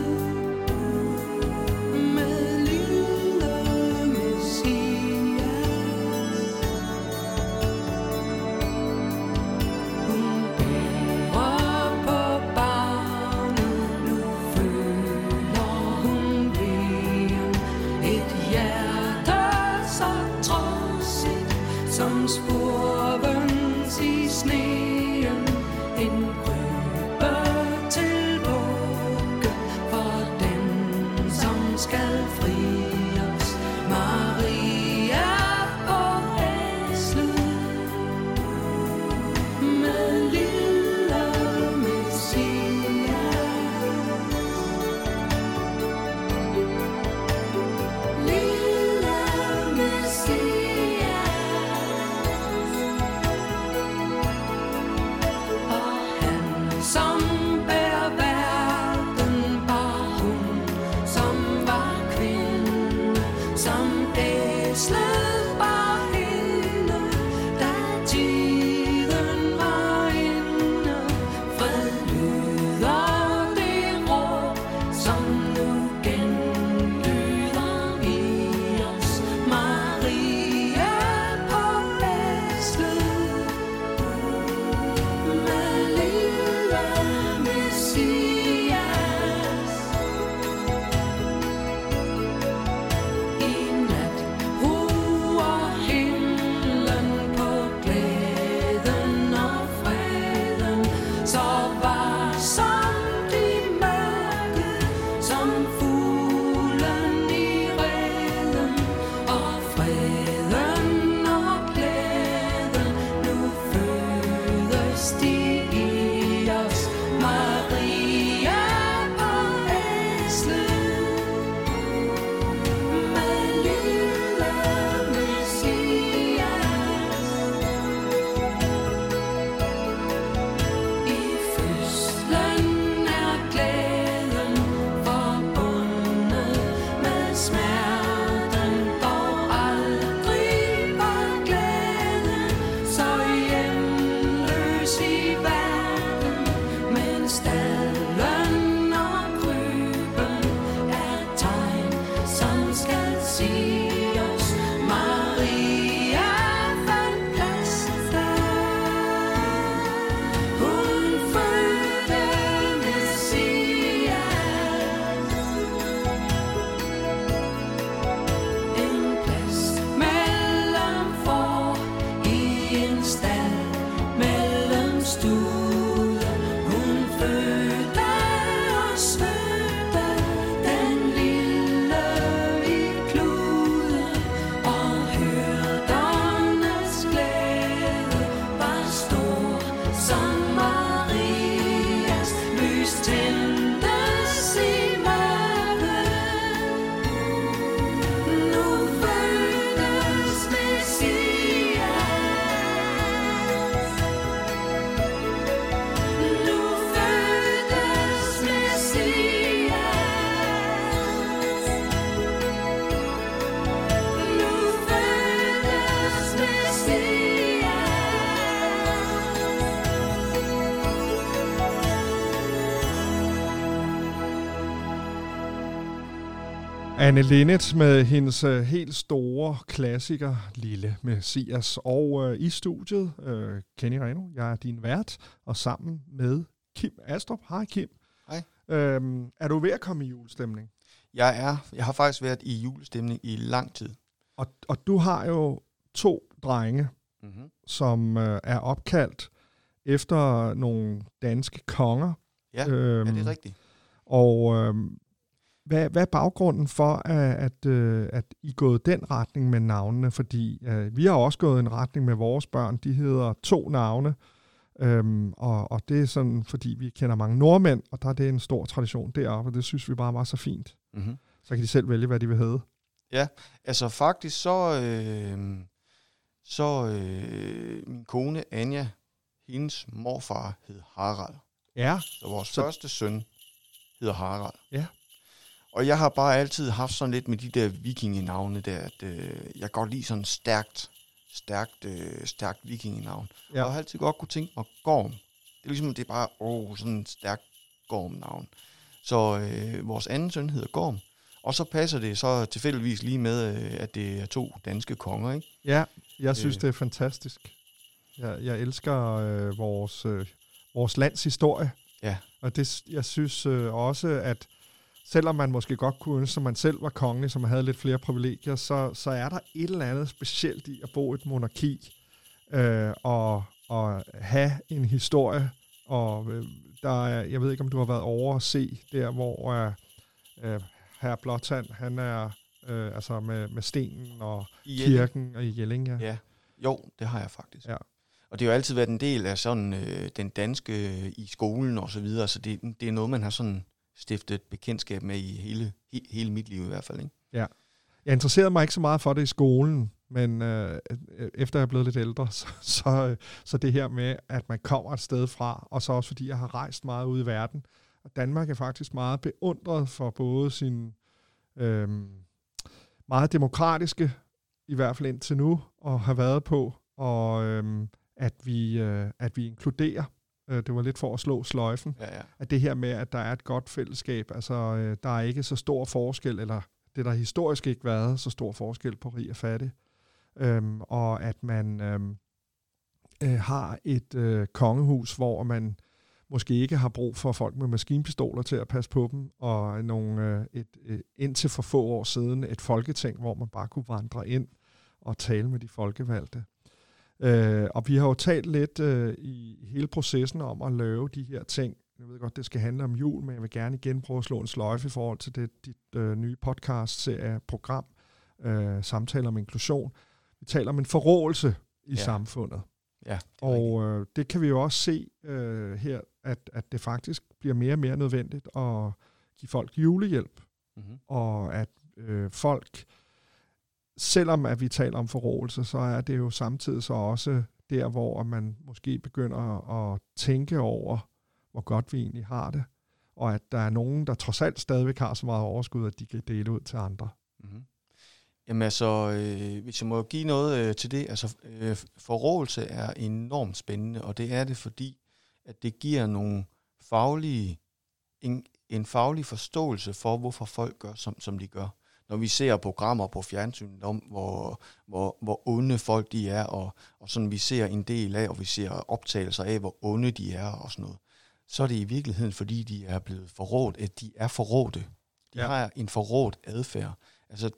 med lille Messias. Hun bærer på barnet, nu føler hun vejen. Et hjerte så trodsigt som spurvens i sneen. En krybbe til vugge for den, som skal fri os. Maria på æslet med lille Messias. Lille Messias. Og han som bærer verden, bar hun, som var kvinde, som æslet bar hende, da tiden var inde. Fred lyder det råb, som nu genlyder i os. Maria på æslet med lille Messias. I nat ruer himlen på glæden og freden. Så varsom de mørke, som fuglen i reden. Og freden og glæden, nu fødes de i os. Maria på æslet med lille Messias. I fødslen er glæden forbundet med smerten, dog aldrig var glæden så hjemme stue. Hun fødte os, fødte den lille i klude, og hyrdernes glæde var stor som Marias. Lys tændtes i mørket. Nu fødtes Messias. Nu fødtes Messias. Nu fødtes Messias. Anne Linnet med hendes øh, helt store klassiker, Lille Messias. Og øh, i studiet, øh, Kenny Reno, jeg er din vært, og sammen med Kim Astrup. Hej Kim. Hej. Øhm, er du ved at komme i julestemning? Jeg er. Jeg har faktisk været i julestemning i lang tid. Og, og du har jo to drenge, Mm-hmm. som øh, er opkaldt efter nogle danske konger. Ja, øhm, ja, det er rigtigt. Og øhm, hvad, hvad er baggrunden for, at, at, øh, at I er gået den retning med navnene? Fordi øh, vi har også gået en retning med vores børn. De hedder to navne. Øhm, og, og det er sådan, fordi vi kender mange nordmænd, og der er det en stor tradition deroppe, og det synes vi bare var så fint. Mm-hmm. Så kan de selv vælge, hvad de vil hedde. Ja, altså faktisk så, øh, så øh, min kone Anja, hendes morfar hed Harald. Ja. Så vores Så- så... første søn hedder Harald. Ja. Og jeg har bare altid haft sådan lidt med de der vikingenavne der, at øh, jeg kan godt lide sådan stærkt, stærkt, øh, stærkt vikingenavn. Ja. Og jeg har altid godt kunne tænke mig Gorm. Det er ligesom, det er bare, åh, sådan et stærkt Gorm-navn. Så øh, vores anden søn hedder Gorm. Og så passer det så tilfældigvis lige med, øh, at det er to danske konger, ikke? Ja, jeg synes, Øh. det er fantastisk. Jeg, jeg elsker øh, vores, øh, vores lands historie. Ja. Og det, jeg synes øh, også, at selvom man måske godt kunne ønske, at man selv var kongelig, som havde lidt flere privilegier, så, så er der et eller andet specielt i at bo i et monarki øh, og, og have en historie. Og øh, der er, jeg ved ikke, om du har været over at se der, hvor øh, øh, herr Blåtand, han er øh, altså med, med stenen og I Jelling. kirken og i Jelling, ja. Ja, jo, det har jeg faktisk. Ja. Og det har jo altid været en del af sådan øh, den danske øh, i skolen og så videre, så det, det er noget, man har sådan stiftet bekendtskab med i hele, he, hele mit liv i hvert fald, ikke? Ja. Jeg interesserede mig ikke så meget for det i skolen, men øh, efter jeg er blevet lidt ældre, så, så, så det her med, at man kommer et sted fra, og så også fordi jeg har rejst meget ud i verden. Og Danmark er faktisk meget beundret for både sin øh, meget demokratiske, i hvert fald indtil nu, og har været på, og øh, at, vi, øh, at vi inkluderer. Øh, det var lidt for at slå sløjfen. Ja, ja. At det her med, at der er et godt fællesskab, altså øh, der er ikke så stor forskel, eller det der historisk ikke været så stor forskel på rig og fattig. Øhm, og at man øhm, øh, har et øh, kongehus, hvor man måske ikke har brug for folk med maskinpistoler til at passe på dem, og nogle, øh, et, øh, indtil for få år siden et folketing, hvor man bare kunne vandre ind og tale med de folkevalgte. Øh, og vi har jo talt lidt øh, i hele processen om at lave de her ting. Jeg ved godt, det skal handle om jul, men jeg vil gerne igen prøve at slå en sløjfe i forhold til det, dit øh, nye podcast-serie, program, øh, Samtaler om inklusion. Vi taler om en forrådelse i Ja. samfundet. Ja, det er Og øh, det kan vi jo også se øh, her, at, at det faktisk bliver mere og mere nødvendigt at give folk julehjælp. Mhm. Og at øh, folk, selvom at vi taler om forrådelse, så er det jo samtidig så også der, hvor man måske begynder at tænke over, hvor godt vi egentlig har det, og at der er nogen, der trods alt stadigvæk har så meget overskud, at de kan dele ud til andre. Mm-hmm. Jamen altså, øh, hvis jeg må give noget øh, til det, altså øh, forrådelse er enormt spændende, og det er det, fordi at det giver nogle faglige, en, en faglig forståelse for, hvorfor folk gør, som, som de gør. Når vi ser programmer på fjernsynet om, hvor, hvor, hvor onde folk de er, og, og sådan vi ser en del af, og vi ser optagelser af, hvor onde de er og sådan noget, så er det i virkeligheden, fordi de er blevet forrådt, at de er forrådte. De ja. har en forrådt adfærd. Altså,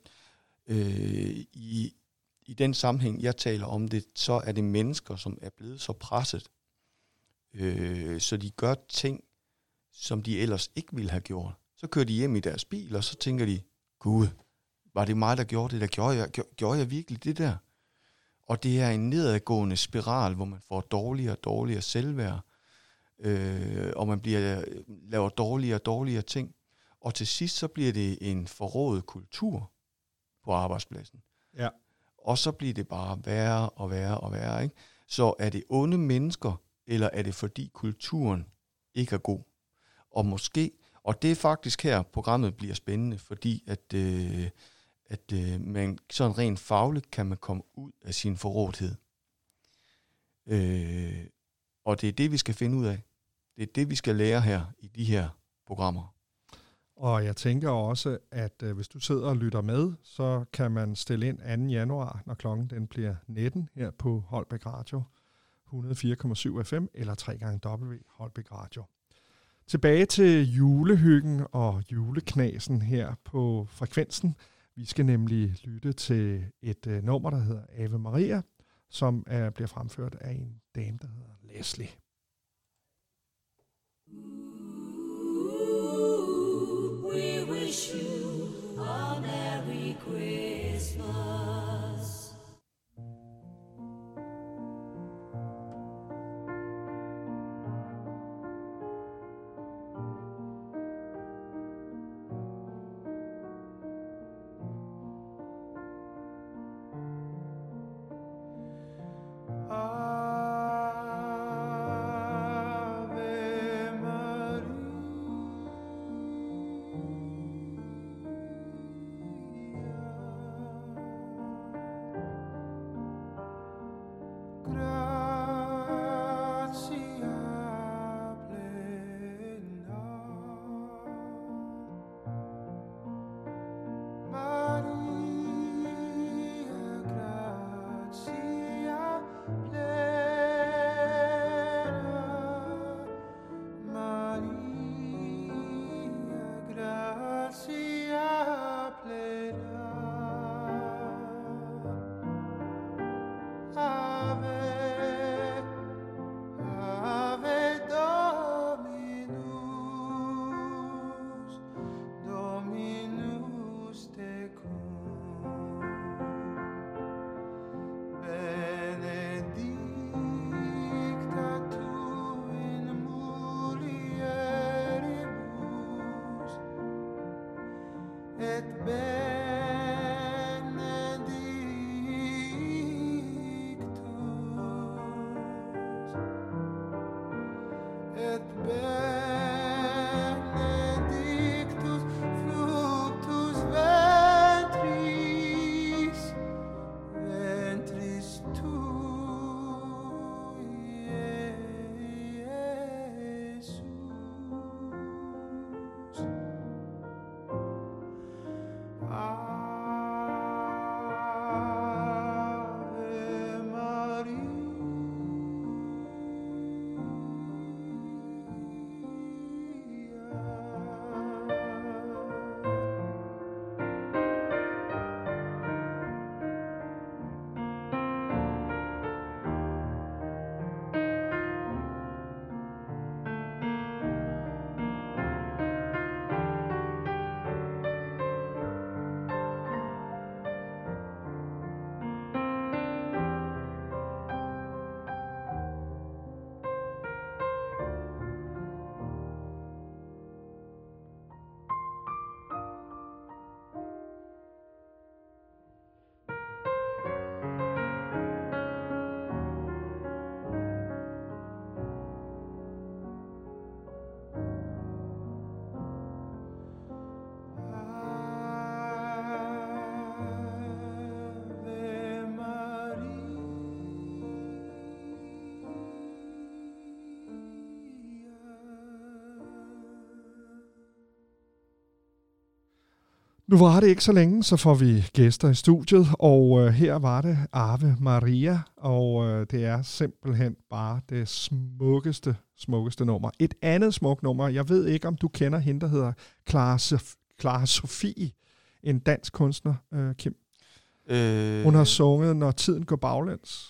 øh, i, i den sammenhæng, jeg taler om det, så er det mennesker, som er blevet så presset øh, så de gør ting, som de ellers ikke ville have gjort. Så kører de hjem i deres bil, og så tænker de, Gud, var det mig, der gjorde det der? Gjorde jeg, gjorde jeg virkelig det der? Og det er en nedadgående spiral, hvor man får dårligere og dårligere selvværd, øh, og man bliver, laver dårligere og dårligere ting. Og til sidst så bliver det en forrådet kultur på arbejdspladsen. Ja. Og så bliver det bare værre og værre og værre. Ikke? Så er det onde mennesker, eller er det fordi kulturen ikke er god? Og måske, og det er faktisk her, programmet bliver spændende, fordi at, øh, at øh, man sådan rent fagligt kan man komme ud af sin forrådhed. Øh, og det er det, vi skal finde ud af. Det er det, vi skal lære her i de her programmer. Og jeg tænker også, at øh, hvis du sidder og lytter med, så kan man stille ind anden januar, når klokken den bliver nitten her på Holbæk Radio, hundrede og fire komma syv F M eller tre gange W Holbæk Radio. Tilbage til julehyggen og juleknasen her på frekvensen. Vi skal nemlig lytte til et øh, nummer, der hedder Ave Maria, som er, bliver fremført af en dame, der hedder Leslie. We wish you a Merry Christmas. Nu var det ikke så længe, så får vi gæster i studiet, og øh, her var det Ave Maria, og øh, det er simpelthen bare det smukkeste, smukkeste nummer. Et andet smukt nummer, jeg ved ikke, om du kender hende, der hedder Clara, Sof- Clara Sofie, en dansk kunstner, øh, Kim. Øh, Hun har sunget Når tiden går baglæns.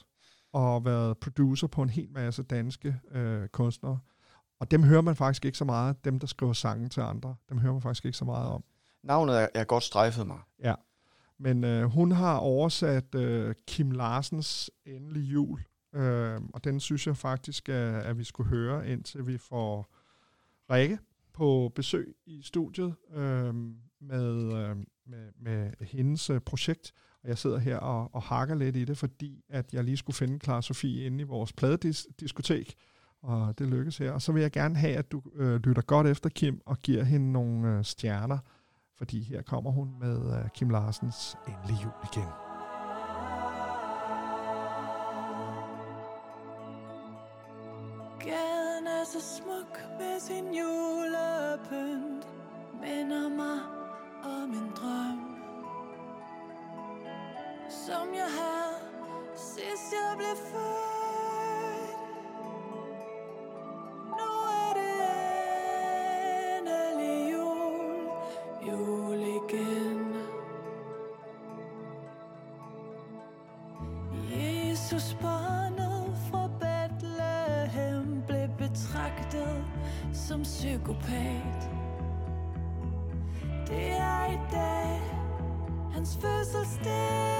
og været producer på en hel masse danske øh, kunstnere. Og dem hører man faktisk ikke så meget. Dem, der skriver sange til andre, dem hører man faktisk ikke så meget om. Navnet er, er godt strejfet mig. Ja, men øh, hun har oversat øh, Kim Larsens Endelige Jul, øh, og den synes jeg faktisk, at, at vi skulle høre, indtil vi får Rikke på besøg i studiet øh, med, øh, med, med hendes øh, projekt. Og jeg sidder her og, og hakker lidt i det, fordi at jeg lige skulle finde Clara Sofie inde i vores pladediskotek, og det lykkes her. Og så vil jeg gerne have, at du øh, lytter godt efter Kim og giver hende nogle øh, stjerner, fordi her kommer hun med øh, Kim Larsens Endelige Jul igen. Gaden er så smuk med sin julepynt, minder mig om en drøm, som jeg havde sidst jeg blev født. Nu er det endelig jul, jul igen. Jesus barnet fra Bethlehem blev betragtet som psykopat. Det er i dag hans fødselsdag.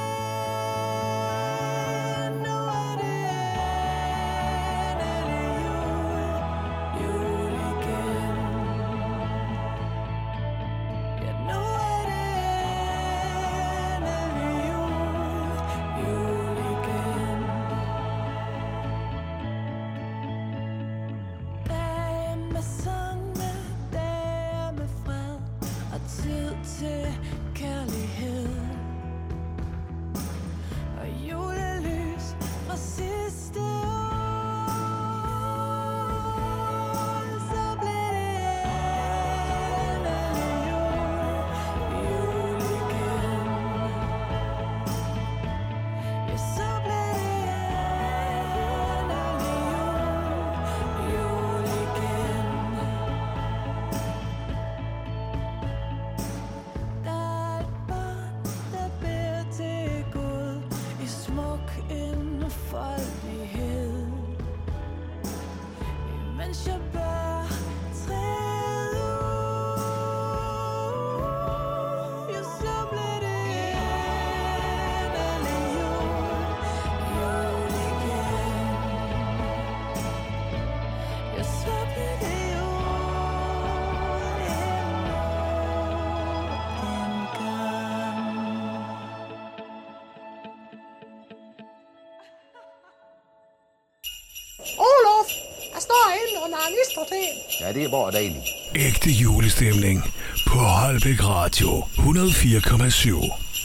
Olof, jeg står inde under en isterten. Ja, det er bare dejligt. Ægte julestemning på Holbæk Radio hundrede og fire komma syv.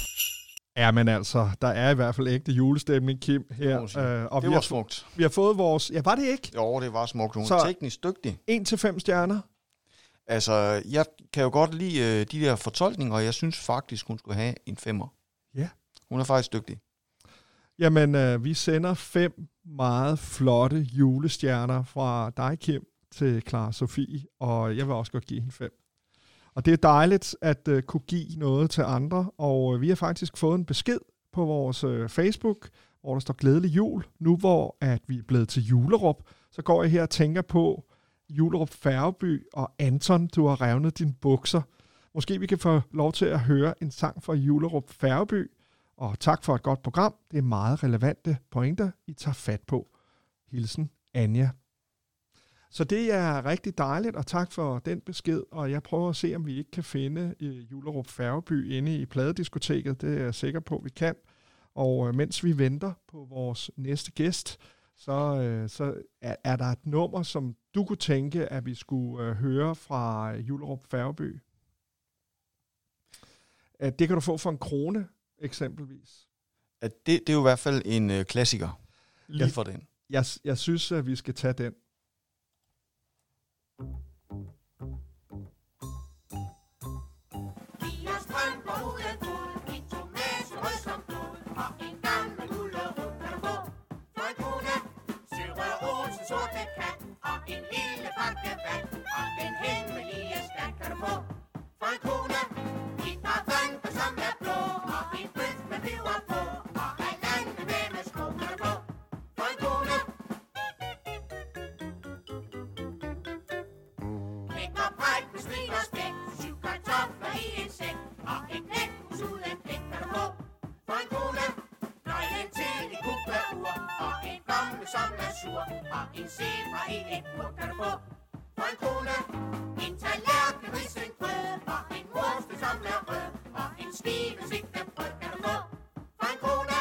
Ja, men altså, der er i hvert fald ægte julestemning, Kim, her. Øh, og det vi var har, smukt. Vi har fået vores... Ja, var det ikke? Jo, det var smukt. Hun Så er teknisk dygtig. en til fem stjerner? Altså, jeg kan jo godt lide øh, de der fortolkninger, og jeg synes faktisk, hun skulle have en femmer. Ja. Hun er faktisk dygtig. Jamen, øh, vi sender fem meget flotte julestjerner fra dig, Kim, til Clara Sofie, og jeg vil også godt give hende fem. Og det er dejligt at øh, kunne give noget til andre, og øh, vi har faktisk fået en besked på vores øh, Facebook, hvor der står glædelig jul. Nu hvor at vi er blevet til Julerup, så går jeg her og tænker på Julerup Færgeby og Anton, du har revnet dine bukser. Måske vi kan få lov til at høre en sang fra Julerup Færgeby, og tak for et godt program. Det er meget relevante pointer, I tager fat på. Hilsen, Anja. Så det er rigtig dejligt, og tak for den besked, og jeg prøver at se, om vi ikke kan finde uh, Julerup Færgeby inde i pladediskoteket. Det er jeg sikker på, vi kan. Og uh, mens vi venter på vores næste gæst, så, uh, så er, er der et nummer, som du kunne tænke, at vi skulle uh, høre fra Julerup Færgeby. Uh, det kan du få for en krone, eksempelvis. At det, det er jo i hvert fald en øh, klassiker. Lige Jeg- for den. Jeg, jeg synes, at vi skal tage den. Vi har strømper uden fod, en tomat rød som blod, og en gammel gulerod kan du få for en krone. Sylrør Olsen sorte kat, og en lille pakke vand, og den hemmelige skat kan du få for en krone. Et par vanker som er blå, og en bøf med peber på, og en anden med med sko kan du få æg og bræk med svin og spæk, syv kartofler i en sæk, og et næthus uden pligt kan du få. For en krone, nøglen til et kugleur, og en gomme som er sur, og en zebra i et bur kan du få. For en krone, en tallerken risengrød, og en murste som er rød, og en skive sigtebrød kan du få. For en krone.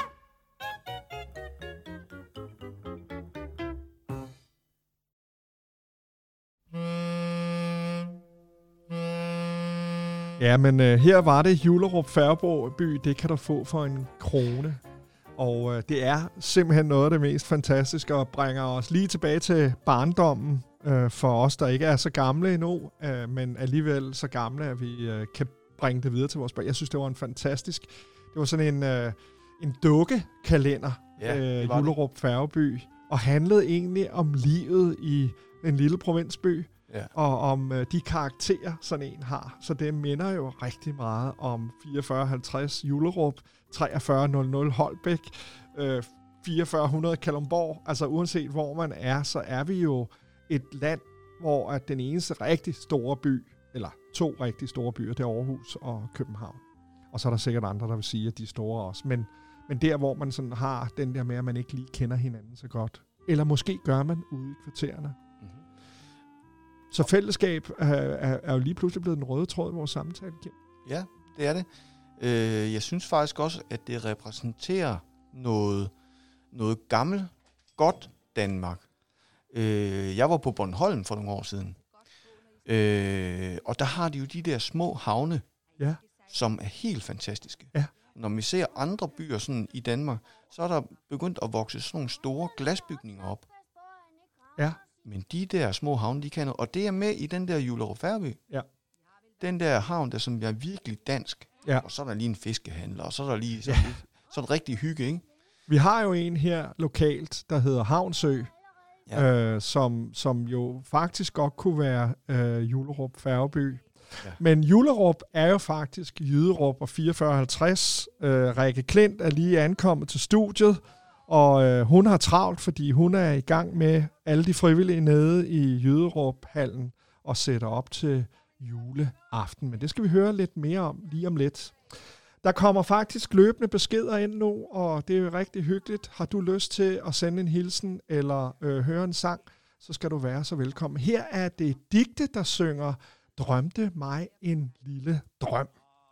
Ja, men øh, her var det Julerup Færgeby, det kan du få for en krone. Og øh, det er simpelthen noget af det mest fantastiske, og bringer os lige tilbage til barndommen øh, for os, der ikke er så gamle endnu, øh, men alligevel så gamle, at vi øh, kan bringe det videre til vores børn. Jeg synes, det var en fantastisk... Det var sådan en, øh, en dukkekalender, Ja, øh, Julerup Færgeby, og handlede egentlig om livet i en lille provinsby, ja. og om øh, de karakterer, sådan en har. Så det minder jo rigtig meget om fireogfyrre halvtreds Julerup, treogfyrre nul nul Holbæk, øh, fireogfyrre hundrede Kalundborg. Altså uanset hvor man er, så er vi jo et land, hvor at den eneste rigtig store by, eller to rigtig store byer, det er Aarhus og København. Og så er der sikkert andre, der vil sige, at de er store også. Men, men der, hvor man sådan har den der med, at man ikke lige kender hinanden så godt. Eller måske gør man ude i kvartererne. Mm-hmm. Så fællesskab er, er, er jo lige pludselig blevet den røde tråd i vores samtale. Ja, det er det. Øh, jeg synes faktisk også, at det repræsenterer noget, noget gammelt, godt Danmark. Øh, jeg var på Bornholm for nogle år siden. Øh, og der har de jo de der små havne, ja. som er helt fantastiske. Ja. Når vi ser andre byer sådan i Danmark, så er der begyndt at vokse sådan nogle store glasbygninger op. Ja. Men de der små havne, de kan noget. Og det er med i den der Julerup Færgeby. Ja. Den der havn, der som er virkelig dansk. Ja. Og så er der lige en fiskehandler, og så er der lige sådan, ja. lidt, sådan rigtig hygge, ikke? Vi har jo en her lokalt, der hedder Havnsø, ja. øh, som, som jo faktisk godt kunne være øh, Julerup Færgeby. Ja. Men Julerup er jo faktisk Jyderup og fireogfyrre halvtreds. Øh, Rikke Klint er lige ankommet til studiet, og øh, hun har travlt, fordi hun er i gang med alle de frivillige nede i Jyderup-hallen og sætter op til juleaften. Men det skal vi høre lidt mere om lige om lidt. Der kommer faktisk løbende beskeder ind nu, og det er jo rigtig hyggeligt. Har du lyst til at sende en hilsen eller øh, høre en sang, så skal du være så velkommen. Her er det Digte, der synger Drømte mig en lille drøm.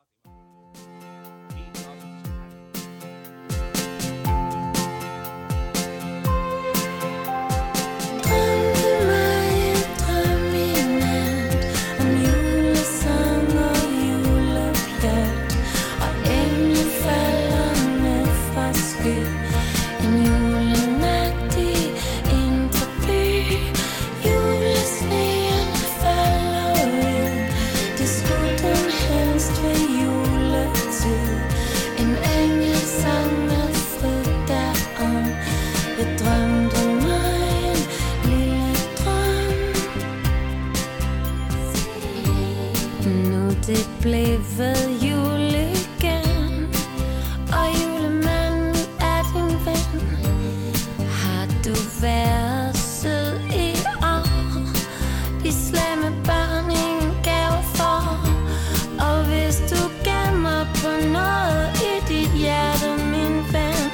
Det blev ved jul igen, og julemanden er din ven. Har du været sød i år? De slemme børn ingen gave for. Og hvis du gemmer på noget i dit hjerte, min ven,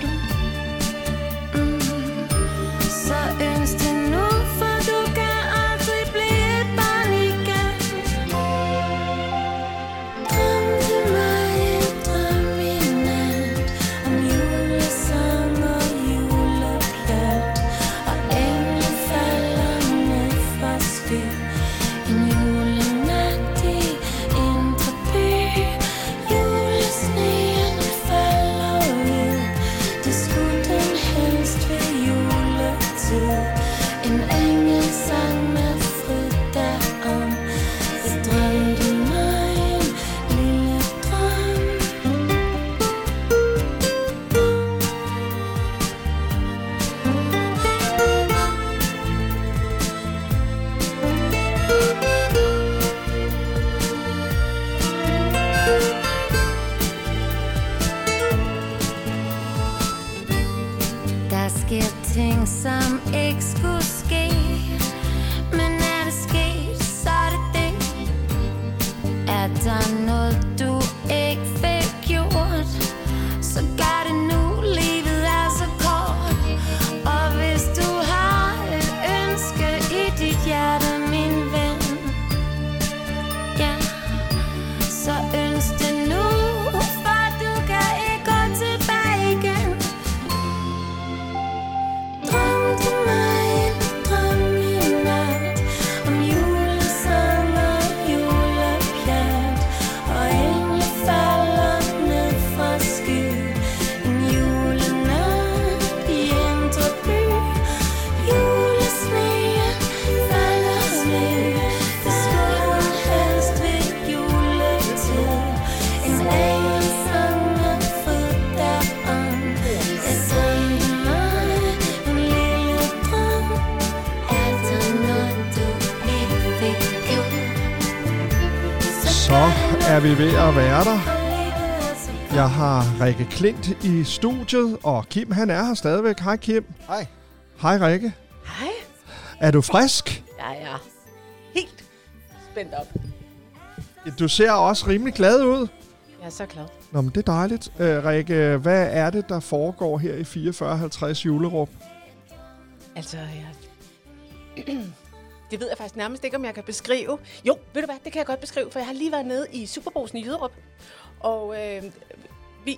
mm, så ønsk det nu, for du kan aldrig blive et barn igen. Drømte fik jul. Så er vi ved at være der. Jeg har Rikke Klint i studiet, og Kim han er her stadigvæk. Hej Kim. Hej. Hej Rikke. Hej. Er du frisk? Jeg er helt spændt op. Du ser også rimelig glad ud. Jeg er så glad. Nå, men det er dejligt. Øh, Rikke, hvad er det, der foregår her i fireogfyrre halvtreds Julerup? Altså, jeg... det ved jeg faktisk nærmest ikke, om jeg kan beskrive. Jo, ved du hvad, det kan jeg godt beskrive, for jeg har lige været nede i Superbrugsen i Jyderup. Og øh, vi...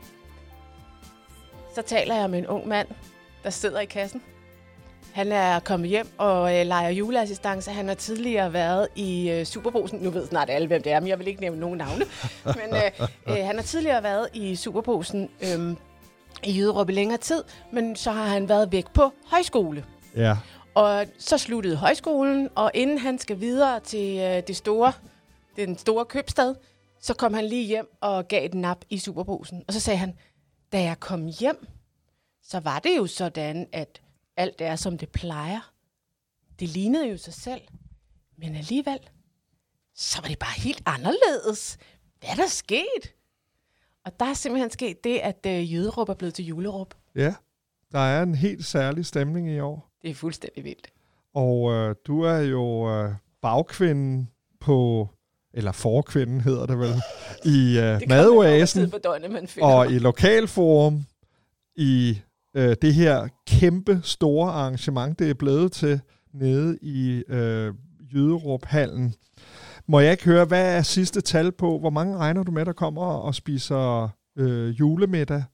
Så taler jeg med en ung mand, der sidder i kassen. Han er kommet hjem og øh, leger juleassistance. Han har tidligere været i øh, Superbrugsen. Nu ved snart alle, hvem det er, men jeg vil ikke nævne nogen navne. Men øh, øh, han har tidligere været i Superbrugsen øh, i Jyderup i længere tid, men så har han været væk på højskole. Ja. Og så sluttede højskolen, og inden han skal videre til øh, det store, den store købstad, så kom han lige hjem og gav et nap i Superbrugsen. Og så sagde han, da jeg kom hjem, så var det jo sådan, at alt er, som det plejer. Det lignede jo sig selv. Men alligevel, så var det bare helt anderledes. Hvad er der sket? Og der er simpelthen sket det, at øh, Jyderup er blevet til Julerup. Ja, der er en helt særlig stemning i år. Det er fuldstændig vildt. Og øh, du er jo øh, bagkvinden på, eller forkvinden hedder det vel, i øh, Madoasen og i Lokalforum i øh, det her kæmpe store arrangement, det er blevet til nede i øh, Jyderup-hallen. Må jeg ikke høre, hvad er sidste tal på? Hvor mange regner du med, der kommer og spiser øh, julemiddag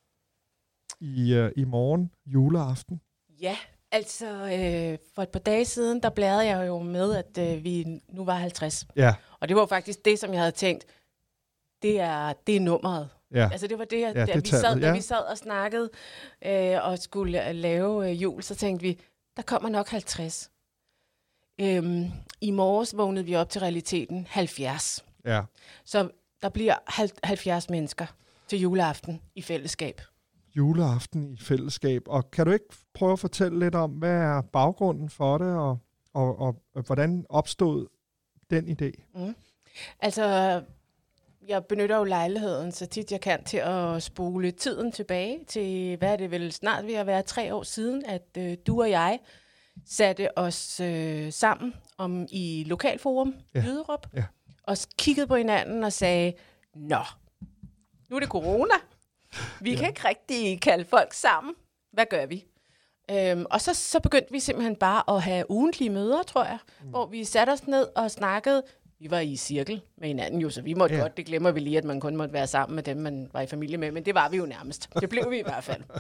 i, øh, i morgen, juleaften? Ja, altså øh, for et par dage siden, der bladrede jeg jo med, at øh, vi nu var halvtreds. Ja. Og det var faktisk det, som jeg havde tænkt, det er, det er nummeret. Ja. Altså det var det, jeg, ja, da, det vi sad, tallet, da ja. vi sad og snakkede øh, og skulle lave øh, jul, så tænkte vi, der kommer nok halvtreds. Øhm, I morges vågnede vi op til realiteten halvfjerds. Ja. Så der bliver halvfjerds mennesker til juleaften i fællesskab. Juleaften i fællesskab. Og kan du ikke prøve at fortælle lidt om, hvad er baggrunden for det, og, og, og, og hvordan opstod den idé? Mm. Altså, jeg benytter jo lejligheden så tit jeg kan til at spole tiden tilbage til, hvad er det vel snart ved at være tre år siden, at øh, du og jeg satte os øh, sammen om i Lokalforum i Jyderup, ja. og kiggede på hinanden og sagde, nå, nu er det corona. Vi ja. kan ikke rigtig kalde folk sammen. Hvad gør vi? Øhm, og så, så begyndte vi simpelthen bare at have ugentlige møder, tror jeg, mm. hvor vi satte os ned og snakkede. Vi var i cirkel med hinanden jo, så vi måtte ja. godt, det glemmer vi lige, at man kun måtte være sammen med dem, man var i familie med, men det var vi jo nærmest. Det blev vi i hvert fald.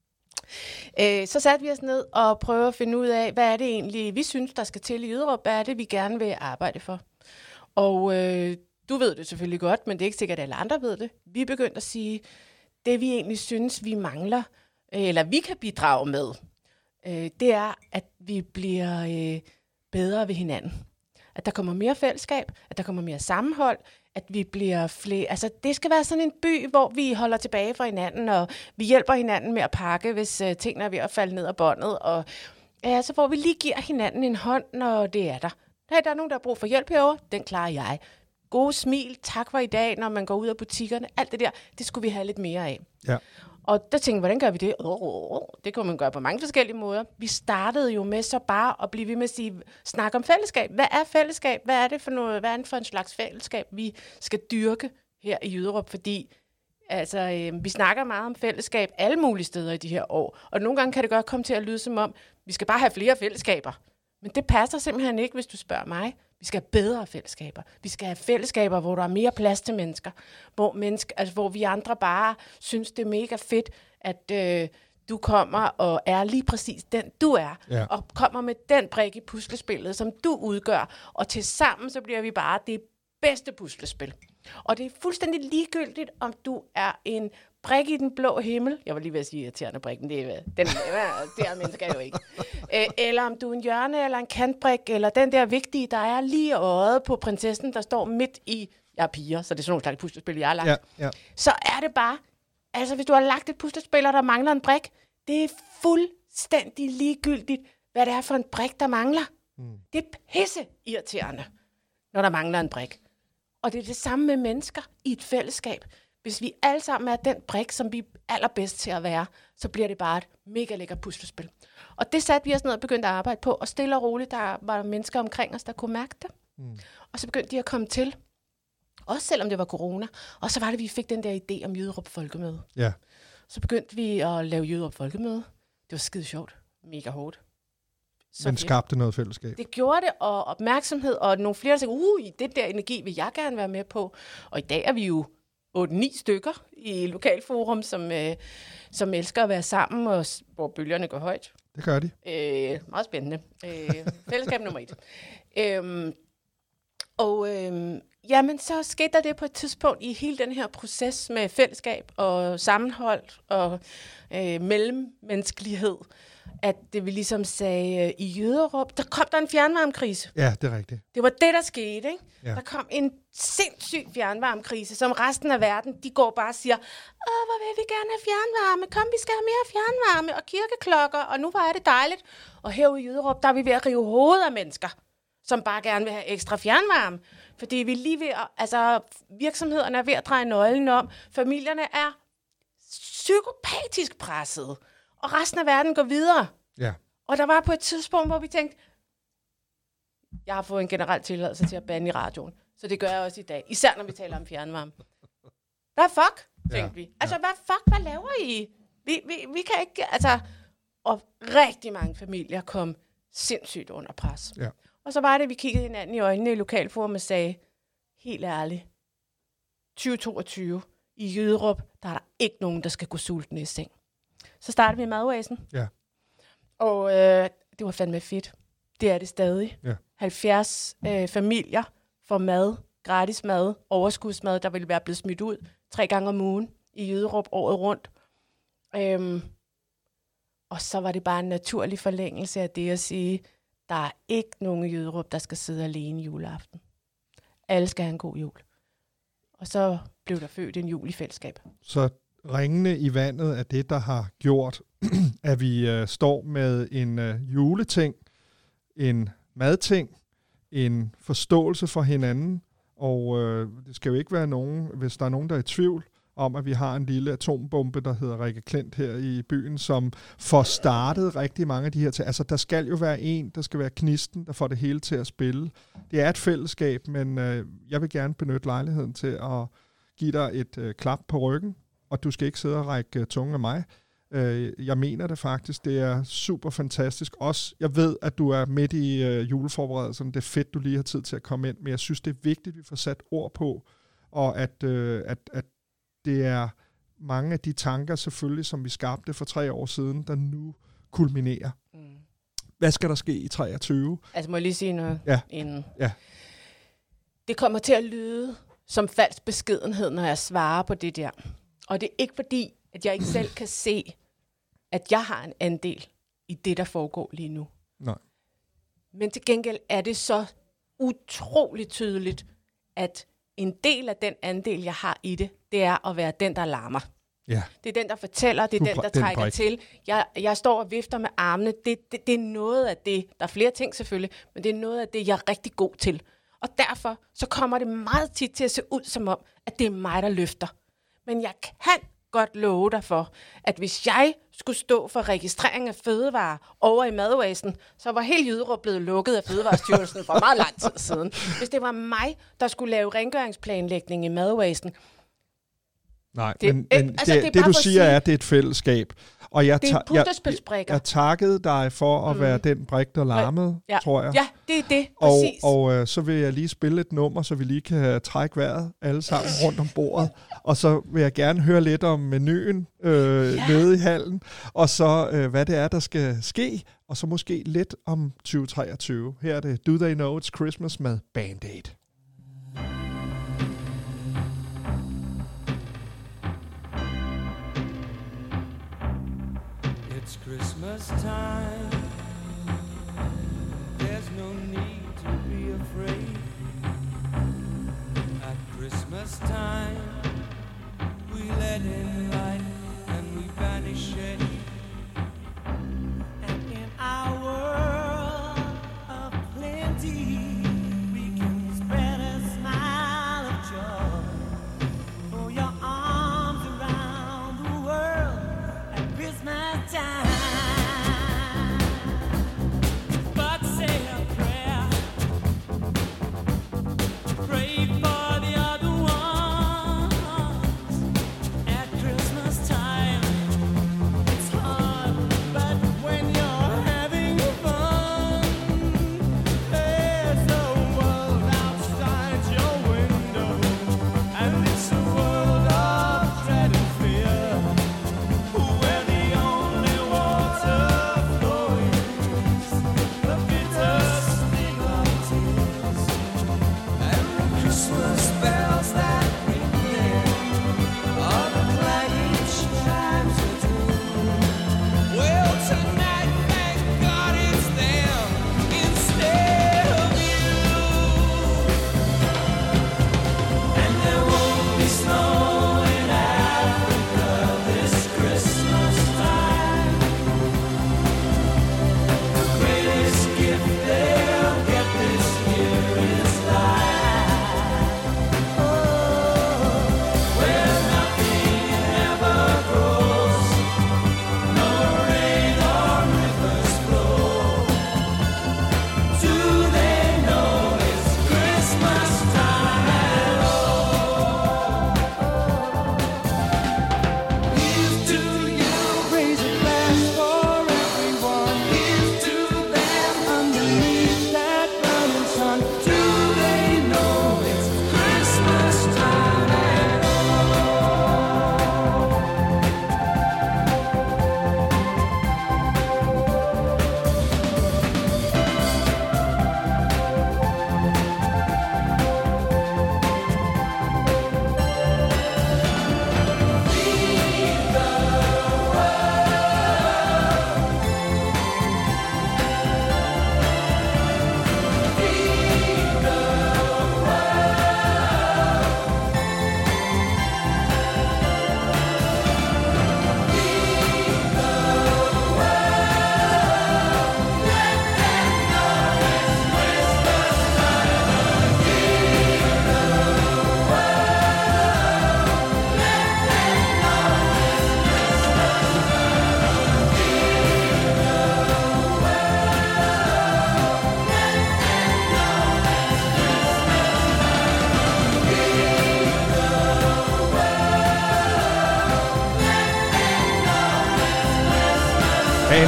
Øh, så satte vi os ned og prøvede at finde ud af, hvad er det egentlig, vi synes, der skal til i Jyderup, hvad er det, vi gerne vil arbejde for. Og øh, du ved det selvfølgelig godt, men det er ikke sikkert, at alle andre ved det. Vi begyndte at sige, det vi egentlig synes, vi mangler, eller vi kan bidrage med, øh, det er, at vi bliver øh, bedre ved hinanden. At der kommer mere fællesskab, at der kommer mere sammenhold, at vi bliver flere. Altså, det skal være sådan en by, hvor vi holder tilbage fra hinanden, og vi hjælper hinanden med at pakke, hvis uh, tingene er ved at falde ned af båndet. Og ja, så hvor vi lige giver hinanden en hånd, når det er der. Hey, der er nogen, der har brug for hjælp herovre. Den klarer jeg. Gode smil, tak for i dag, når man går ud af butikkerne. Alt det der, det skulle vi have lidt mere af. Ja. Og der tænkte jeg, hvordan gør vi det? Oh, det kan man gøre på mange forskellige måder. Vi startede jo med så bare at blive ved med at sige, snak om fællesskab. Hvad er fællesskab? Hvad er det for noget? Hvad er det for en slags fællesskab, vi skal dyrke her i Jyderup? Fordi altså, øh, vi snakker meget om fællesskab alle mulige steder i de her år. Og nogle gange kan det godt komme til at lyde som om, vi skal bare have flere fællesskaber. Men det passer simpelthen ikke, hvis du spørger mig. Vi skal have bedre fællesskaber. Vi skal have fællesskaber, hvor der er mere plads til mennesker. Hvor, mennesker, altså, hvor vi andre bare synes, det er mega fedt, at øh, du kommer og er lige præcis den, du er. Ja. Og kommer med den brik i puslespillet, som du udgør. Og tilsammen så bliver vi bare det bedste puslespil. Og det er fuldstændig ligegyldigt, om du er en brik i den blå himmel. Jeg var lige ved at sige irriterende brikken. Det er, den, det er mennesker jo ikke. Æ, eller om du er en hjørne eller en kantbrik, eller den der vigtige, der er lige øjet på prinsessen, der står midt i... Jeg er piger, så det er sådan nogle slags puslespil, jeg har lagt. Ja, ja. Så er det bare... Altså, hvis du har lagt et puslespil, og der mangler en brik, det er fuldstændig ligegyldigt, hvad det er for en brik, der mangler. Mm. Det er pisse irriterende, når der mangler en brik. Og det er det samme med mennesker i et fællesskab. Hvis vi alle sammen er den brik, som vi er allerbedst til at være, så bliver det bare et mega lækkert puslespil. Og det satte vi os ned og begyndte at arbejde på, og stille og roligt, der var mennesker omkring os, der kunne mærke det. Mm. Og så begyndte de at komme til, også selvom det var corona. Og så var det, vi fik den der idé om Jyderup Folkemøde. Ja. Så begyndte vi at lave Jyderup Folkemøde. Det var skide sjovt. Mega hårdt. Så Men skabte noget fællesskab. Det gjorde det, og opmærksomhed, og nogle flere, der sagde, uh, det der energi vil jeg gerne være med på. Og i dag er vi jo otte ni stykker i Lokalforum, som, øh, som elsker at være sammen, og hvor bølgerne går højt. Det gør de. Øh, meget spændende. Øh, fællesskab nummer et. Øhm, og øhm, jamen, så skete der det på et tidspunkt i hele den her proces med fællesskab og sammenhold og øh, mellemmenneskelighed, at det vi ligesom sagde, øh, i Jyderup, der kom der en fjernvarmekrise. Ja, det er rigtigt. Det var det, der skete, ikke? Ja. Der kom en sindssyg fjernvarmekrise, som resten af verden, de går bare og siger, åh, hvor vil vi gerne have fjernvarme, kom, vi skal have mere fjernvarme og kirkeklokker, og nu var det dejligt. Og herude i Jyderup, der er vi ved at rive hovedet af mennesker, som bare gerne vil have ekstra fjernvarme. Fordi vi er lige ved at, altså, virksomhederne er ved at dreje nøglen om, familierne er psykopatisk presset, og resten af verden går videre. Ja. Og der var på et tidspunkt, hvor vi tænkte, jeg har fået en generel tilladelse til at bande i radioen, så det gør jeg også i dag. Især når vi taler om fjernvarme. Hvad fuck, tænkte ja. vi. Altså, ja. hvad fuck, hvad laver I? Vi, vi, vi kan ikke, altså... Og rigtig mange familier kom sindssygt under pres. Ja. Og så var det, vi kiggede hinanden i øjnene i Lokalforum og sagde, helt ærligt, tyve toogtyve i Jyderup, der er der ikke nogen, der skal gå sultne i seng. Så startede vi Madvæsen. Ja. Og øh, det var fandme fedt. Det er det stadig. Ja. halvfjerds øh, familier får mad, gratis mad, overskudsmad, der ville være blevet smidt ud tre gange om ugen i Jyderup året rundt. Øhm, og så var det bare en naturlig forlængelse af det at sige, der er ikke nogen i Jyderup, der skal sidde alene juleaften. Alle skal have en god jul. Og så blev der født en jul i fællesskab. Så ringene i vandet er det, der har gjort, at vi øh, står med en øh, juleting, en madting, en forståelse for hinanden, og øh, det skal jo ikke være nogen, hvis der er nogen, der er i tvivl om, at vi har en lille atombombe, der hedder Rikke Klint her i byen, som får startet rigtig mange af de her ting. Altså, der skal jo være en, der skal være knisten, der får det hele til at spille. Det er et fællesskab, men øh, jeg vil gerne benytte lejligheden til at give dig et øh, klap på ryggen, og du skal ikke sidde og række øh, tungen af mig. Øh, jeg mener det faktisk. Det er super fantastisk. Også, jeg ved, at du er midt i øh, juleforberedelserne. Det er fedt, du lige har tid til at komme ind, men jeg synes, det er vigtigt, at vi får sat ord på, og at, øh, at, at det er mange af de tanker, selvfølgelig, som vi skabte for tre år siden, der nu kulminerer. Mm. Hvad skal der ske i treogtyve? Altså, må jeg lige sige noget ja. inden? Ja. Det kommer til at lyde som falsk beskedenhed, når jeg svarer på det der. Og det er ikke fordi, at jeg ikke selv kan se, at jeg har en andel i det, der foregår lige nu. Nej. Men til gengæld er det så utroligt tydeligt, at en del af den andel, jeg har i det, det er at være den, der larmer. Ja. Det er den, der fortæller, det er du, den, der den trækker brik. til. Jeg, jeg står og vifter med armene. Det, det, det er noget af det. Der er flere ting selvfølgelig, men det er noget af det, jeg er rigtig god til. Og derfor så kommer det meget tit til at se ud som om, at det er mig, der løfter. Men jeg kan godt love dig for, at hvis jeg skulle stå for registrering af fødevarer over i Madvæsen, så var hele Jyderup blevet lukket af Fødevarestyrelsen for meget lang tid siden. Hvis det var mig, der skulle lave rengøringsplanlægning i Madvæsen. Nej, det, men, men altså, det, det, det du siger er, at det er et fællesskab. Og jeg, det er ta- jeg, jeg, jeg takkede dig for at mm. være den brik, der larmede, ja. tror jeg. Ja, det er det, og, præcis. Og øh, så vil jeg lige spille et nummer, så vi lige kan trække vejret alle sammen rundt om bordet. Og så vil jeg gerne høre lidt om menuen øh, ja. nede i hallen, og så øh, hvad det er, der skal ske, og så måske lidt om tyve treogtyve. Her er det Do They Know It's Christmas med Band-Aid. It's Christmas time. There's no need to be afraid. At Christmas time, we let in light and we banish shade. And in our world of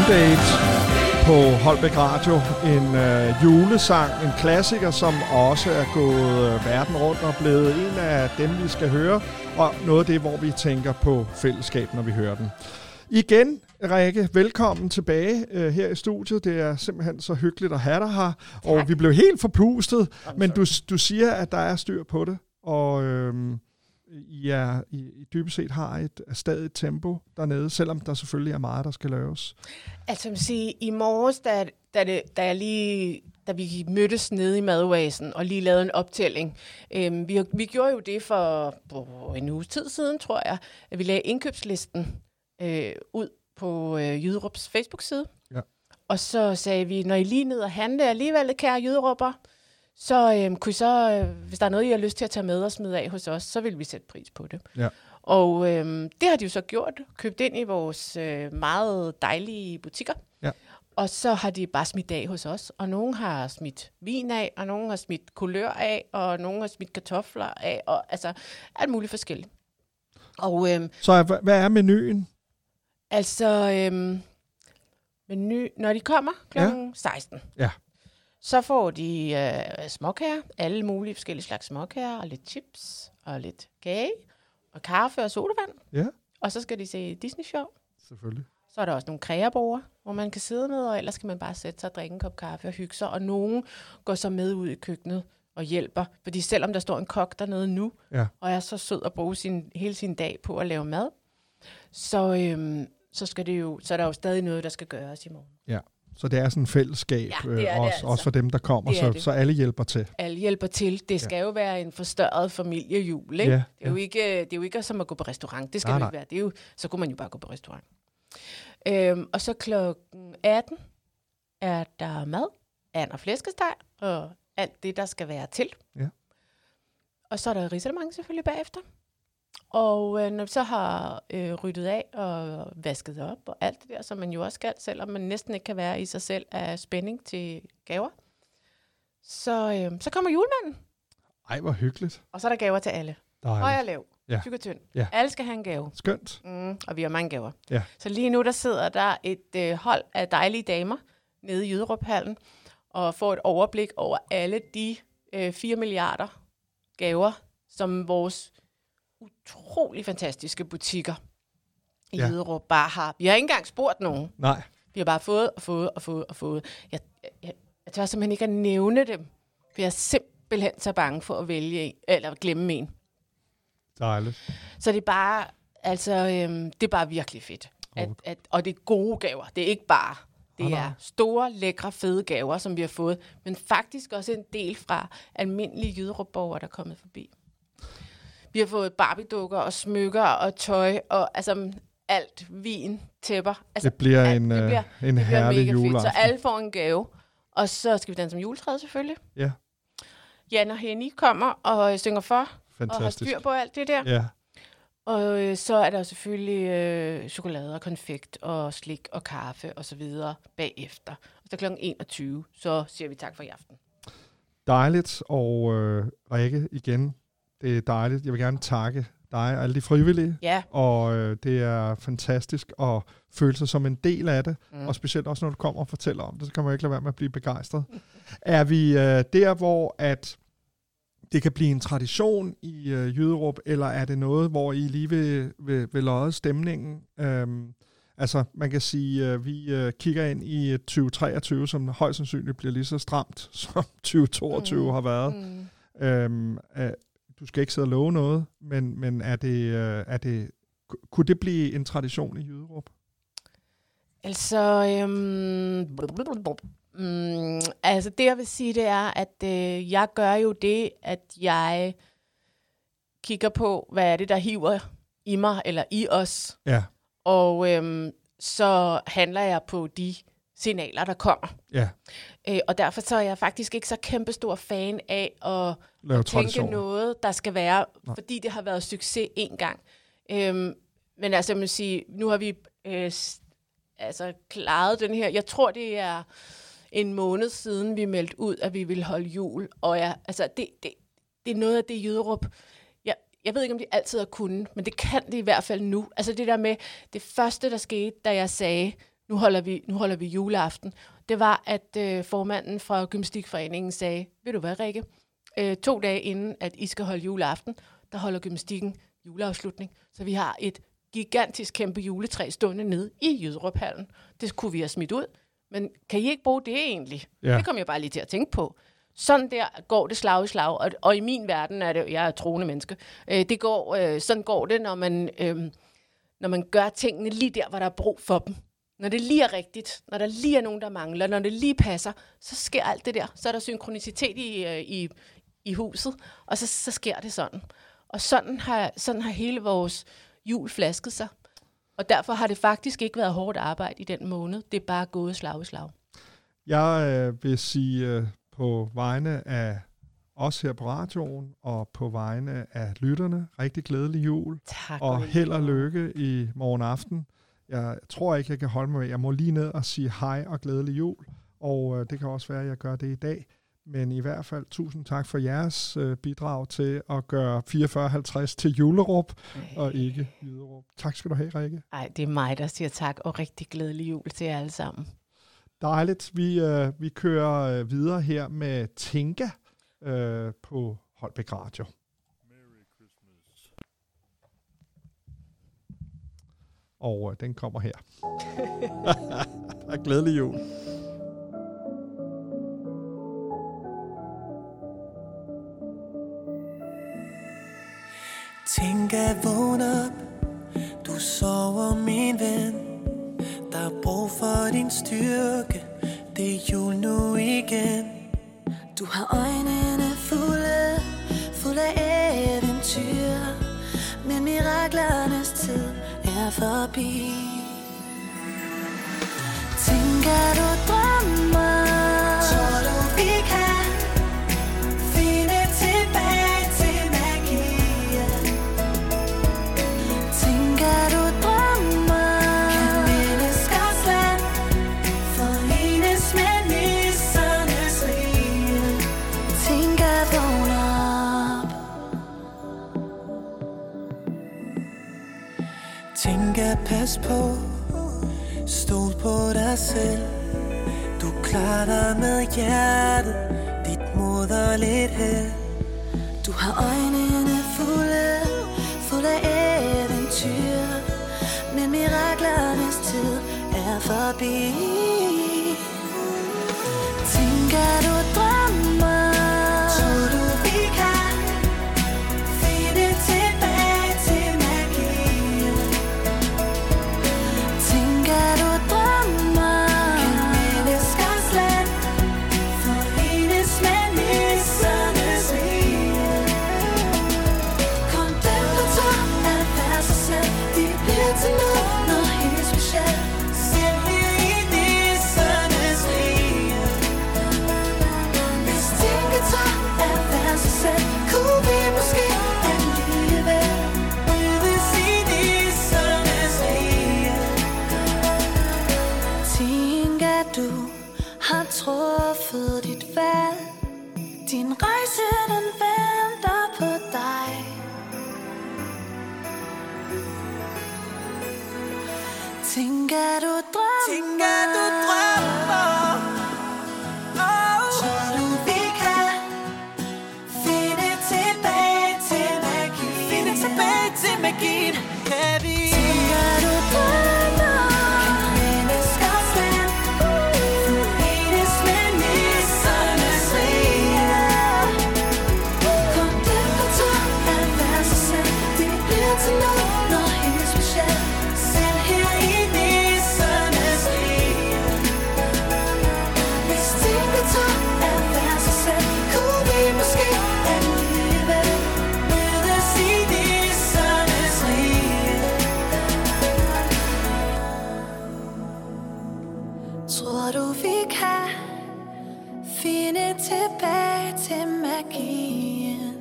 Band Aid på Holbæk Radio. En øh, julesang, en klassiker, som også er gået øh, verden rundt og blevet en af dem, vi skal høre. Og noget af det, hvor vi tænker på fællesskab, når vi hører den. Igen, Rikke, velkommen tilbage øh, her i studiet. Det er simpelthen så hyggeligt at have dig her. Tak. Og vi blev helt forpustet, men du, du siger, at der er styr på det. Og øh, I, er, I, I dybest set har et stadigt tempo dernede, selvom der selvfølgelig er meget, der skal laves. Altså, man siger, i morges, da, da, det, da, jeg lige, da vi mødtes nede i Madoasen og lige lavede en optælling. Øhm, vi, vi gjorde jo det for oh, en uges tid siden, tror jeg, at vi lagde indkøbslisten øh, ud på øh, Jyderups Facebook-side. Ja. Og så sagde vi, når I lige ned og handle alligevel, kære jyderupper, så øh, kunne I så, øh, hvis der er noget, I har lyst til at tage med og smide af hos os, så vil vi sætte pris på det. Ja. Og øh, det har de jo så gjort, købt ind i vores øh, meget dejlige butikker. Ja. Og så har de bare smidt af hos os. Og nogen har smidt vin af, og nogen har smidt kulør af, og nogen har smidt kartofler af, og altså alt muligt forskelligt. Og, øh, så hvad er menuen? Altså, øh, menu, når de kommer klokken ja. seksten. Ja. Så får de øh, småkager, alle mulige forskellige slags småkager, og lidt chips, og lidt kage, og kaffe og sodavand. Ja. Og så skal de se Disney-show. Selvfølgelig. Så er der også nogle kreaborde, hvor man kan sidde med, og ellers kan man bare sætte sig og drikke en kop kaffe og hygge sig. Og nogen går så med ud i køkkenet og hjælper. Fordi selvom der står en kok dernede nu, ja. og er så sød at bruge sin, hele sin dag på at lave mad, så, øhm, så, skal det jo, så er der jo stadig noget, der skal gøres i morgen. Ja. Så det er sådan et fællesskab, ja, øh, også, altså. også for dem, der kommer, så, så alle hjælper til. Alle hjælper til. Det skal ja. jo være en forstørret familiejul, ikke? Ja, det, er ja. jo ikke, det er jo ikke som at gå på restaurant. Det skal nej, jo ikke være. Det er jo, så kunne man jo bare gå på restaurant. Øhm, og så klokken atten er der mad, and og flæskesteg, og alt det, der skal være til. Ja. Og så er der risalemang selvfølgelig bagefter. Og øh, når vi så har øh, ryddet af og vasket op og alt det der, som man jo også skal, selvom man næsten ikke kan være i sig selv af spænding til gaver, så, øh, så kommer julemanden. Ej, hvor hyggeligt. Og så er der gaver til alle. Høj og lav, ja. tyk og tynd. Ja. Alle skal have en gave. Skønt. Mm, og vi har mange gaver. Ja. Så lige nu der sidder der et øh, hold af dejlige damer nede i Jyderup-hallen og får et overblik over alle de øh, fire milliarder gaver, som vores utrolig fantastiske butikker i ja. Jyderup bare har. Vi har ikke engang spurgt nogen. Nej. Vi har bare fået og fået og fået og fået. Jeg, jeg, jeg tør simpelthen ikke at nævne dem, for jeg er simpelthen så bange for at vælge en, eller glemme en. Dejligt. Så det er bare, altså, øhm, det er bare virkelig fedt. At, at, og det er gode gaver. Det er ikke bare, det oh, er store, lækre, fede gaver, som vi har fået, men faktisk også en del fra almindelige Jyderup-borgere, der er kommet forbi. Vi har fået Barbie-dukker og smykker og tøj og altså alt, vin, tæpper. Altså, det bliver alt, en, det bliver, en det herlig juleaften. Så alle får en gave. Og så skal vi danse om juletræet selvfølgelig. Ja. Jan og Henny kommer og synger for. Fantastisk. Og har styr på alt det der. Ja. Og øh, så er der selvfølgelig øh, chokolade og konfekt og slik og kaffe og så videre bagefter. Og så klokken enogtyve, så siger vi tak for i aften. Dejligt. Og øh, Rikke igen. Det er dejligt. Jeg vil gerne takke dig og alle de frivillige. Ja. Og øh, det er fantastisk at føle sig som en del af det. Mm. Og specielt også, når du kommer og fortæller om det, så kan man ikke lade være med at blive begejstret. Er vi øh, der, hvor at det kan blive en tradition i øh, Jyderup, eller er det noget, hvor I lige vil, vil, vil lodde stemningen? Øhm, altså, man kan sige, at øh, vi øh, kigger ind i tyve treogtyve, som højst sandsynligt bliver lige så stramt, som tyve toogtyve mm. har været. Mm. Øhm, øh, Du skal ikke sidde og love noget, men, men er det, øh, er det, kunne det blive en tradition i Jyderup? Altså, øhm, mm, altså det jeg vil sige, det er, at øh, jeg gør jo det, at jeg kigger på, hvad er det, der hiver i mig, eller i os. Ja. Og øhm, så handler jeg på de signaler, der kommer. Ja. Øh, og derfor så er jeg faktisk ikke så kæmpestor fan af at, at tænke noget, der skal være, Nej. fordi det har været succes en gang. Øhm, men altså, jeg må sige, nu har vi øh, altså klaret den her. Jeg tror, det er en måned siden, vi meldte ud, at vi ville holde jul. Og jeg, altså, det, det, det er noget af det Jyderup. Jeg, jeg ved ikke, om de altid har kunnet, men det kan det i hvert fald nu. Altså det der med, det første, der skete, da jeg sagde, nu holder vi, nu holder vi juleaften, det var, at øh, formanden fra Gymnastikforeningen sagde, ved du hvad, Rikke, øh, to dage inden, at I skal holde juleaften, der holder gymnastikken juleafslutning. Så vi har et gigantisk kæmpe juletræ stående nede i Jyderuphallen. Det kunne vi have smidt ud, men kan I ikke bruge det egentlig? Ja. Det kom jeg bare lige til at tænke på. Sådan der går det slag i slag, og, og i min verden er det, jeg er et troende menneske, øh, det går, øh, sådan går det, når man, øh, når man gør tingene lige der, hvor der er brug for dem. Når det lige er rigtigt, når der lige er nogen, der mangler, når det lige passer, så sker alt det der. Så er der synkronicitet i, øh, i, i huset, og så, så sker det sådan. Og sådan har, sådan har hele vores jul flasket sig. Og derfor har det faktisk ikke været hårdt arbejde i den måned. Det er bare gået slag i slag. Jeg øh, vil sige øh, på vegne af os her på radioen, og på vegne af lytterne, rigtig glædelig jul. Tak. Og held og lykke i morgen aften. Jeg tror ikke, jeg kan holde mig med. Jeg må lige ned og sige hej og glædelig jul. Og øh, det kan også være, at jeg gør det i dag. Men i hvert fald, tusind tak for jeres øh, bidrag til at gøre fireogfyrre halvtreds til Julerup, og ikke Jyderup. Tak skal du have, Rikke. Ej, det er mig, der siger tak, og rigtig glædelig jul til jer alle sammen. Dejligt. Vi, øh, vi kører øh, videre her med Tinka øh, på Holbæk Radio. Merry Christmas. Og øh, den kommer her. Tak, glædelig jul. Tinka, vågn op. Du sover, min ven. Der er brug for din styrke. Det er jul nu igen. Du har øjnene fulde, fulde af eventyr. Men miraklernes tid er forbi. Tinka, du drømmer. Tror du vi kan finde tilbage til magien? Tinka, du drømmer. Kan menneskers land forenes med nissernes rige? Tinka, vågn op. Tinka, pas på. Stol på dig selv. Du klarer dig med hjertet. Dit mod og lidt held. Du har øjnene fulde, fulde af eventyr. Men miraklernes tid er forbi. Tinka, du drømmer. Tror du vi kan finde tilbage til magien? Tinka, du drømmer. Kan menneskers land forenes med nissernes rige? Kun dem, der tør at være sig selv, de bliver til noget, noget helt specielt. Selv her i nissernes rige. Hvis Tinka tør at være sig selv, kunne vi måske alligevel mødes i nissernes rige. Tinka, du har truffet dit valg. Din rejse, den venter på dig. Tinka, du drømmer. Tinka, du drømmer. Oh. Tror du vi kan finde tilbage til magien? Finde tilbage til magien. Kan vi? Tinka, du drømmer. Kan menneskers land forenes med nissernes rige? Kun dem, der tør at være sig selv, de bliver til noget, noget helt specielt. Selv her i nissernes rige. Hvis Tinka tør at være sig selv, kunne vi måske alligevel mødes i nissernes rige. Tror du vi kan finde tilbage til magien?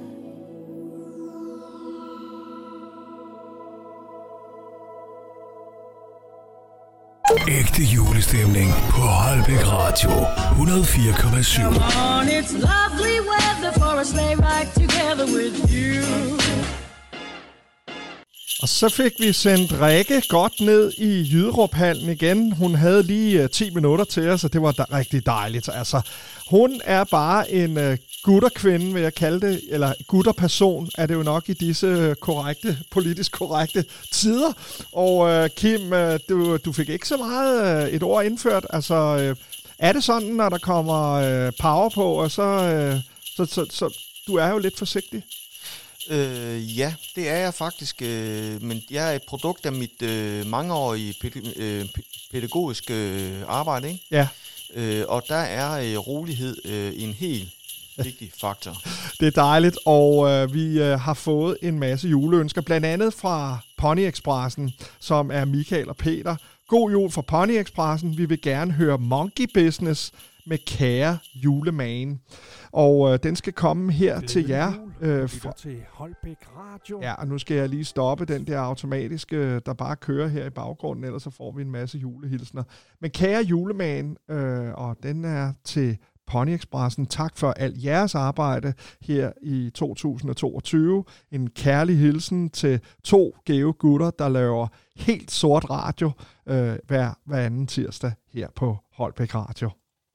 Ægte julestemning på Holbæk Radio. hundrede og fire komma syv. Come on, it's lovely weather for a sleigh ride together with you. Og så fik vi sendt Rikke godt ned i Jyderup-hallen igen. Hun havde lige uh, ti minutter til os, og det var da rigtig dejligt. Altså, hun er bare en uh, gutterkvinde, vil jeg kalde det, eller gutterperson, er det jo nok i disse korrekte, politisk korrekte tider. Og uh, Kim, uh, du, du fik ikke så meget uh, et ord indført. Altså, uh, er det sådan, når der kommer uh, power på, og så, uh, så, så, så du er jo lidt forsigtig? Øh, ja, det er jeg faktisk, øh, men jeg er et produkt af mit øh, mangeårige pæd- øh, pædagogiske øh, arbejde, ikke? Ja. Øh, og der er øh, rolighed øh, en helt vigtig faktor. Det er dejligt, og øh, vi øh, har fået en masse juleønsker, blandt andet fra Pony Expressen, som er Michael og Peter. God jul fra Pony Expressen. Vi vil gerne høre Monkey Business med Kære Julemagen. Og øh, den skal komme her Glæde til jer. Øh, fra, til Holbæk Radio. Ja, og nu skal jeg lige stoppe den der automatiske, der bare kører her i baggrunden, ellers så får vi en masse julehilsner. Men Kære Julemagen, øh, og den er til Pony Expressen. Tak for alt jeres arbejde her i to tusind toogtyve. En kærlig hilsen til to gave gutter, der laver helt sort radio øh, hver, hver anden tirsdag her på Holbæk Radio.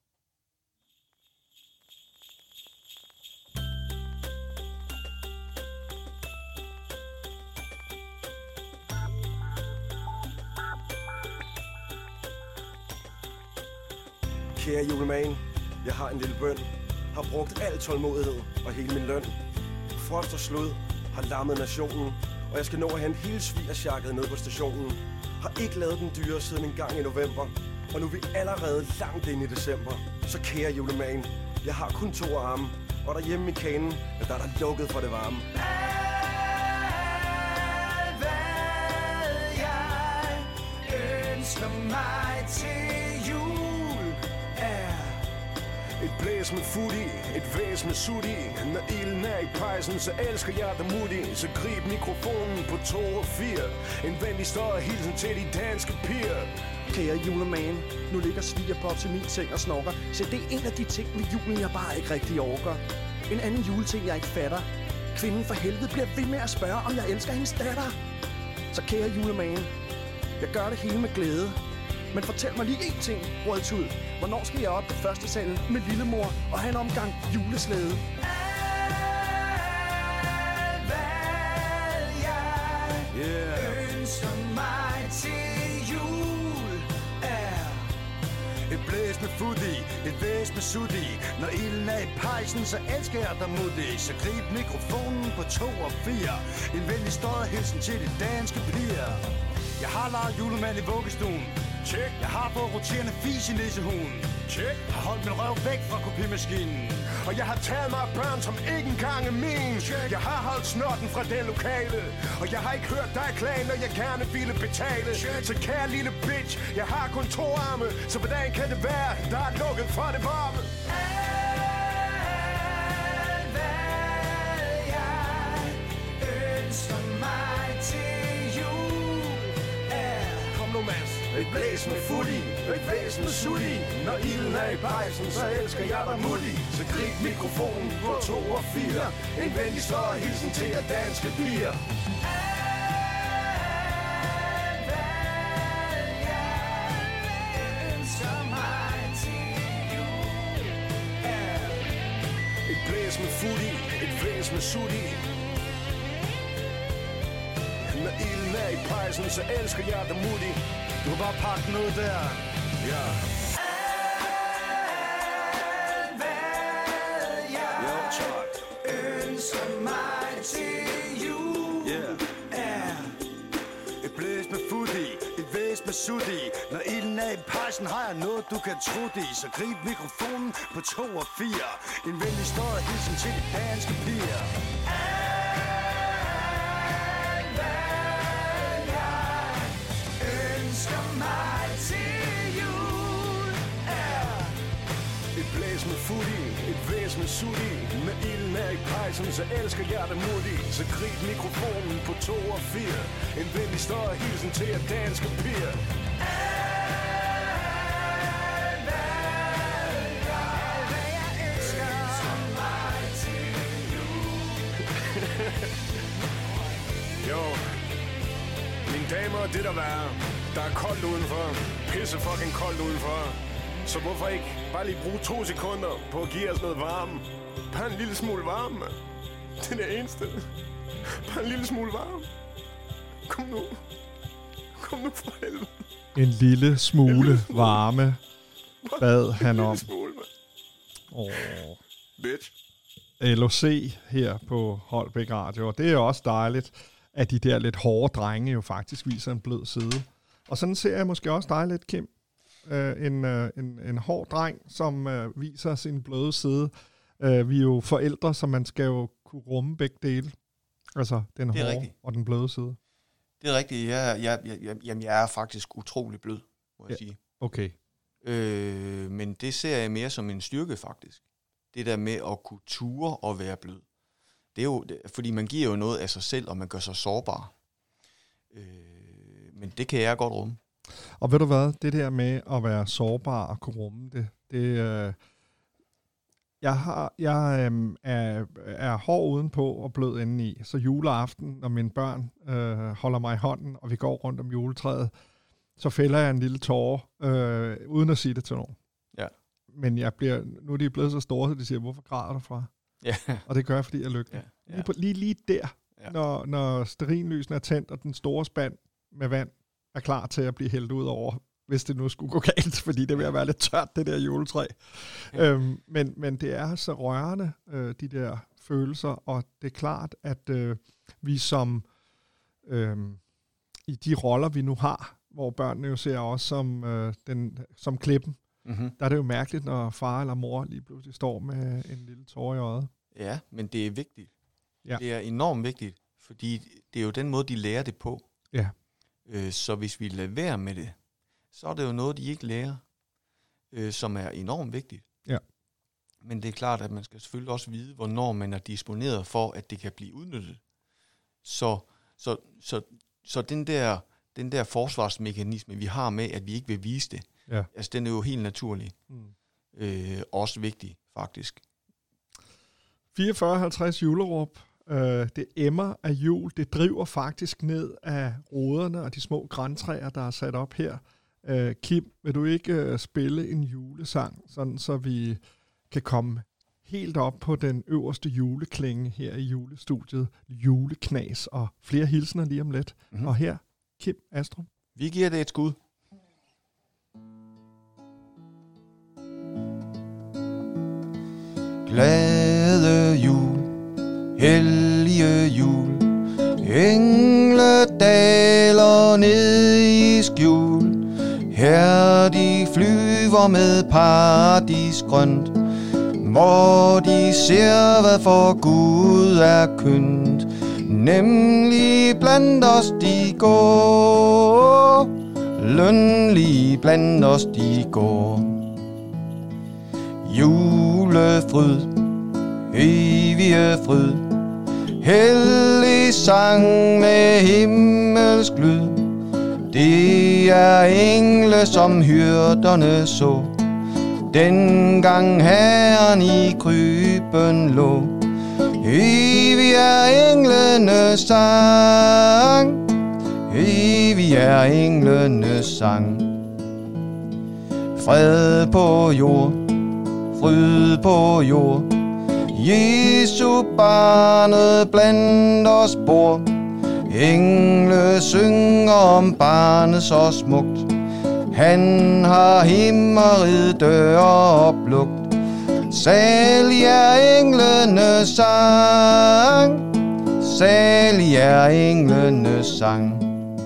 Kære julemagen, jeg har en lille bøn. Har brugt al tålmodighed og hele min løn. Frost og slud har lammet nationen, og jeg skal nå at hente hele svigersjakket ned på stationen. Har ikke lavet den dyre siden en gang i november, og nu er vi allerede langt ind i december. Så kære julemagen, jeg har kun to arme, og derhjemme i kanen, der er der lukket for det varme. Alt hvad jeg ønsker mig til jul er et blæs med fut i, et væs med sut i. Når ilden er i pejsen, så elsker jeg dig mutti. Så grib mikrofonen på to og fire. En venlig større hilsen til de danske piger. Kære julemagen, nu ligger svigerpops i min seng og snorker. Så det er en af de ting ved julen, jeg bare ikke rigtig orker. En anden juleting, jeg ikke fatter. Kvinden for helvede bliver ved med at spørge, om jeg elsker hendes datter. Så kære julemagen, jeg gør det hele med glæde. Men fortæl mig lige én ting, Rødtud. Hvornår skal jeg op på første salen med lillemor og have en omgang juleslæde? alt hvad jeg Yeah. ønsker mig til jul er Et blæs med fut i, et væs med sut i. Når ilden er i pejsen, så elsker jeg dig mutti. Så grib mikrofonen på to og fire. En venlig støjet hilsen til de danske piger. Jeg har leget julemand i vuggestuen. Check. Jeg har fået roterende fis i nissehunden. Check. Har holdt min røv væk fra kopimaskinen. Og jeg har taget mig af børn, som ikke engang er min. Check. Jeg har holdt snotten fra den lokale. Og jeg har ikke hørt dig klage, når jeg gerne ville betale. Check. Så kære lille bitch, jeg har kun to arme. Så hvordan kan det være, der er lukket for det varme? alt hvad jeg ønsker mig til jul er Kom nu, Mads. Et blæs med fut i, et væs med sut i. Når ilden er i pejsen, så elsker jeg dig mutti. Så grib mikrofonen på to og fire. En venlig større hilsen til jer danske piger. ønsker mig til jul er Et blæs med fut i, et væs med sut i. Når ilden er i pejsen, så elsker jeg dig mutti. Du kan bare pakke noget der. Ja. alt hvad jeg Jo, tak. ønsker mig til jul Yeah. er Et blæs med fut i, et væs med sut i. Når ilden er i pejsen, har jeg noget, du kan tro i. Så grib mikrofonen på to og fire. En venlig større hilsen til de danske piger. alt hvad jeg ønsker mig til jul er Et blæs med fut i, et væs med sut i. Når ilden er i pejsen, så elsker jeg dig mutti. Så grib mikrofonen på to og fire. En venlig større hilsen til jer danske piger. alt hvad jeg ønsker mig til jul Jo, Mine damer, det der værre. Der er koldt udenfor. Pisse fucking koldt udenfor. Så hvorfor ikke bare lige bruge to sekunder på at give os noget varme? Bare en lille smule varme, mand. Det er det eneste. Bare en lille smule varme. Kom nu. Kom nu for helvede. En lille smule varme bad han om. Åh. Bitch. L O C her på Holbæk Radio, og det er jo også dejligt, at de der lidt hårde drenge jo faktisk viser en blød side. Og sådan ser jeg måske også dig lidt, Kim. Uh, en, uh, en, en hård dreng, som uh, viser sin bløde side. Uh, vi er jo forældre, så man skal jo kunne rumme begge dele. Altså den hårde rigtigt. Og den bløde side. Det er rigtigt. Jeg, jeg, jeg, jeg, jamen, jeg er faktisk utrolig blød, må jeg ja. sige. Okay. Øh, men det ser jeg mere som en styrke, faktisk. Det der med at kunne ture og være blød. Det er jo, det, fordi man giver jo noget af sig selv, og man gør sig sårbar. Øh, men det kan jeg godt rumme. Og ved du hvad, det der med at være sårbar og kunne rumme det, det øh, jeg, har, jeg øh, er, er hård udenpå og blød indeni. Så juleaften, når mine børn øh, holder mig i hånden, og vi går rundt om juletræet, så fælder jeg en lille tåre, øh, uden at sige det til nogen. Ja. Men jeg bliver, nu er de blevet så store, så de siger, hvorfor græder du fra? Ja. Og det gør jeg, fordi jeg er lykkelig. Ja. Ja. Lige, på, lige, lige der, ja. når, når stearinlysene er tændt, og den store spand med vand er klar til at blive hældt ud over, hvis det nu skulle gå galt, fordi det vil være lidt tørt, det der juletræ. Ja. Øhm, men, men det er så rørende, øh, de der følelser, og det er klart, at øh, vi som øh, i de roller, vi nu har, hvor børnene jo ser os som, øh, den, som klippen, mm-hmm. der er det jo mærkeligt, når far eller mor lige pludselig står med en lille tårer i øjet. Ja, men det er vigtigt. Ja. Det er enormt vigtigt, fordi det er jo den måde, de lærer det på. Ja. Øh, så hvis vi lader være med det, så er det jo noget, de ikke lærer, øh, som er enormt vigtigt. Ja. Men det er klart, at man skal selvfølgelig også vide, hvornår man er disponeret for, at det kan blive udnyttet. Så, så, så, så den der... den der forsvarsmekanisme, vi har med, at vi ikke vil vise det, ja. altså den er jo helt naturlig. Mm. Øh, også vigtig, faktisk. fireogfyrre halvtreds juleråb. Øh, det emmer af jul. Det driver faktisk ned af roderne og de små grantræer, der er sat op her. Øh, Kim, vil du ikke øh, spille en julesang, sådan så vi kan komme helt op på den øverste juleklinge her i julestudiet. Juleknas og flere hilsener lige om lidt. Mm-hmm. Og her Kim Astrup. Vi giver det et skud. Glade jul, hellige jul, engle daler ned i skjul. Her de flyver med paradisgrønt, hvor de ser, hvad for Gud er kønt. Nemlig blandt os de går, lønlig blandt os de går. Julefryd, evige fryd, hellig sang med himmelsk lyd. Det er engle, som hyrderne så, dengang Herren i kryben lå. Evig er englenes sang, evig er englenes sang. Fred på jord, fryd på jord, Jesu barnet blandt os bor. Engle synger om barnet så smukt, han har himmeriget dør oplugt. Salig er englenes sang, salig er englenes sang.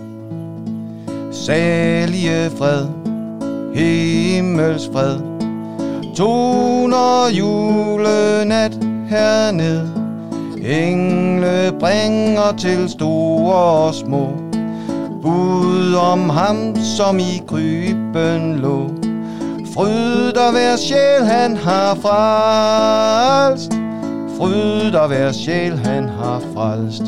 Salige fred, himmels fred, toner julenat herned. Engle bringer til store og små bud om ham, som i kryben lå. Fryd der hver sjæl han har frelst, fryd der hver sjæl han har frelst.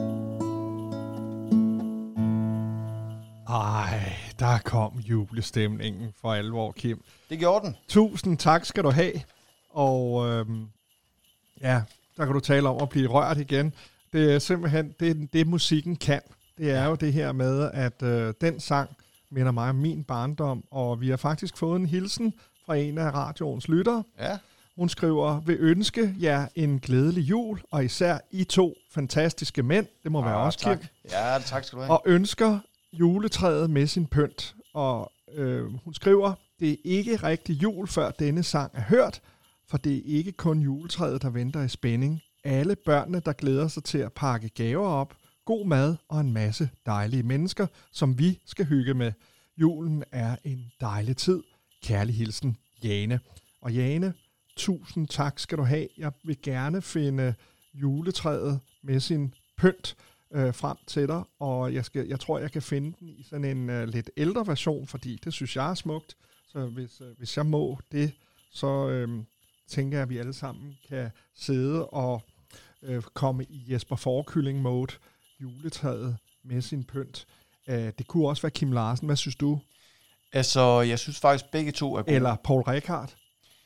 Ej, der kom julestemningen for alvor, Kim. Det gjorde den. Tusind tak skal du have. Og øhm, ja, der kan du tale om at blive rørt igen. Det er simpelthen det, det musikken kan. det er jo det her med, at øh, den sang minder mig om min barndom, og vi har faktisk fået en hilsen fra en af radioens lyttere. Ja. Hun skriver, vil ønske jer en glædelig jul, og især I to fantastiske mænd, det må ah, være også, tak. Kim. Ja, tak skal du have. Og ønsker juletræet med sin pynt. Og øh, hun skriver, det er ikke rigtig jul, før denne sang er hørt, for det er ikke kun juletræet, der venter i spænding. Alle børnene, der glæder sig til at pakke gaver op, god mad og en masse dejlige mennesker, som vi skal hygge med. Julen er en dejlig tid. Kærlig hilsen, Jane. Og Jane, tusind tak skal du have. Jeg vil gerne finde juletræet med sin pynt øh, frem til dig, og jeg, skal, jeg tror, jeg kan finde den i sådan en øh, lidt ældre version, fordi det synes jeg er smukt. Så hvis, øh, hvis jeg må det, så øh, tænker jeg, at vi alle sammen kan sidde og øh, komme i Jesper Forkylling-mode. Juletræet med sin pynt. Øh, det kunne også være Kim Larsen. Hvad synes du? Altså, jeg synes faktisk, begge to er gode. Eller Paul Rekard.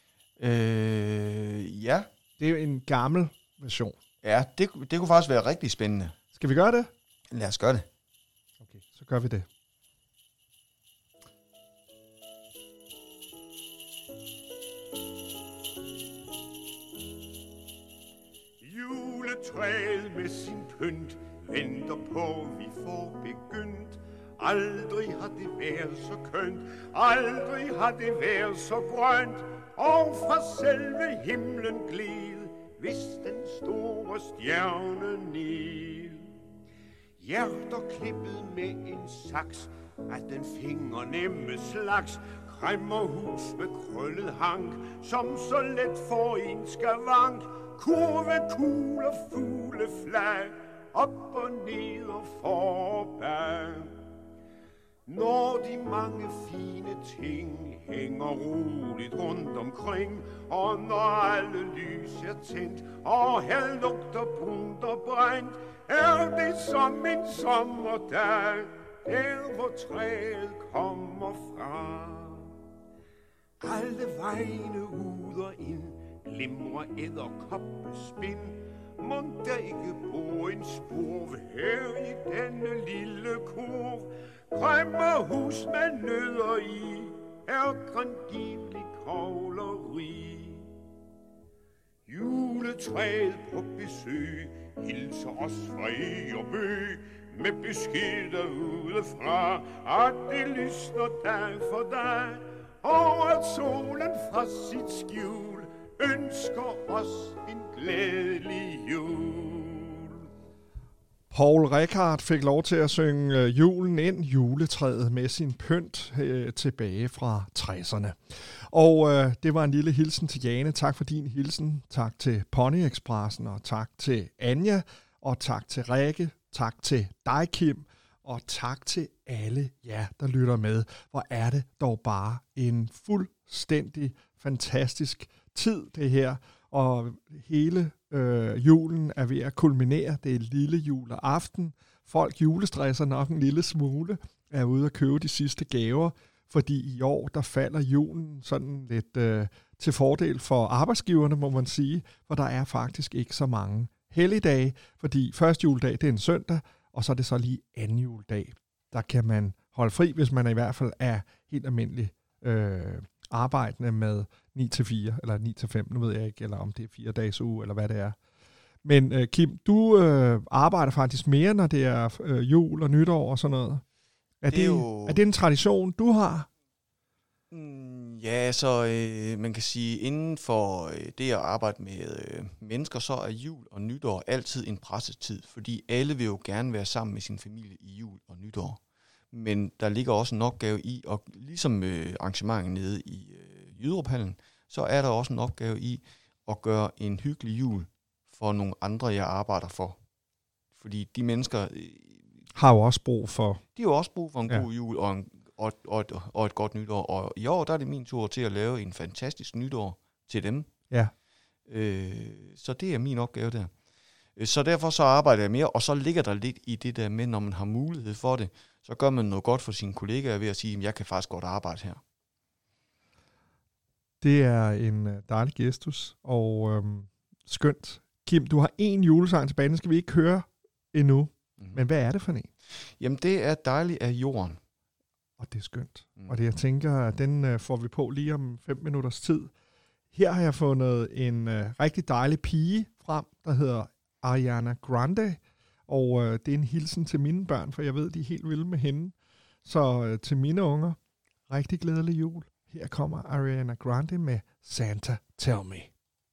Øh, ja. Det er jo en gammel version. Ja, det, det kunne faktisk være rigtig spændende. Skal vi gøre det? Lad os gøre det. Okay, så gør vi det. Juletræet med sin pynt venter på, vi får begyndt. Aldrig har det været så kønt, aldrig har det været så grønt, og fra selve himlen gled, hvis den store stjerne ned. Hjerter klippet med en saks, at den fingernemme slags, kræmmerhus med krøllet hank, som så let får en skavank, kurve, kugler, fugle, flag, op og ned og forbag. Når de mange fine ting hænger roligt rundt omkring, og når alle lys er tændt, og her lugter brunt og brændt, er det som en sommerdag, der hvor træet kommer fra. Alle vegne ud og ind, glimrer edderkoppespind, mon der ikke bor en spurv her i denne lille kurv. Kræmmerhus med nødder i, er grangivelig kogleri. Juletræet på besøg hilser os fra Egerbø med beskeder udefra, at det lysner dag for dag, og at solen fra sit skjul ønsker os en glædelig jul. Paul Rekard fik lov til at synge øh, julen ind, juletræet med sin pynt øh, tilbage fra tresserne. Og øh, det var en lille hilsen til Jane. Tak for din hilsen. Tak til Pony Expressen, og tak til Anja, og tak til Rikke, tak til dig, Kim, og tak til alle jer, der lytter med. Hvor er det dog bare en fuldstændig fantastisk tid, det her. Og hele øh, julen er ved at kulminere. Det er lille juleaften. Folk julestresser nok en lille smule, er ude at købe de sidste gaver, fordi i år, der falder julen sådan lidt øh, til fordel for arbejdsgiverne, må man sige, for der er faktisk ikke så mange helligdage, fordi første juledag, det er en søndag, og så er det så lige anden juledag. Der kan man holde fri, hvis man i hvert fald er helt almindelig øh, arbejdende med ni til fire, eller ni til fem, nu ved jeg ikke, eller om det er fire dages uge, eller hvad det er. Men øh, Kim, du øh, arbejder faktisk mere, når det er øh, jul og nytår og sådan noget. Er det, det, er, jo... er det en tradition, du har? Mm, ja, så øh, man kan sige, inden for øh, det at arbejde med øh, mennesker, så er jul og nytår altid en pressetid, fordi alle vil jo gerne være sammen med sin familie i jul og nytår. Men der ligger også en opgave i, og ligesom øh, arrangementet nede i øh, Jyderuphallen, så er der også en opgave i at gøre en hyggelig jul for nogle andre, jeg arbejder for. Fordi de mennesker... Øh, har jo også brug for... De har jo også brug for en ja. god jul og, en, og, og, et, og et godt nytår. Og i år, der er det min tur til at lave en fantastisk nytår til dem. Ja. Øh, så det er min opgave der. Så derfor så arbejder jeg mere, og så ligger der lidt i det der med, når man har mulighed for det, så gør man noget godt for sine kollegaer ved at sige, at jeg kan faktisk godt arbejde her. Det er en dejlig gestus, og øhm, skønt. Kim, du har en julesang tilbage, den skal vi ikke høre endnu. Mm-hmm. Men hvad er det for en? Jamen, det er dejligt af jorden. Og det er skønt. Mm. Og det, jeg tænker, at den øh, får vi på lige om fem minutters tid. Her har jeg fundet en øh, rigtig dejlig pige frem, der hedder Ariana Grande. Og øh, det er en hilsen til mine børn, for jeg ved, de er helt vilde med hende. Så øh, til mine unger, rigtig glædelig jul. Her kommer Ariana Grande med Santa Tell Me.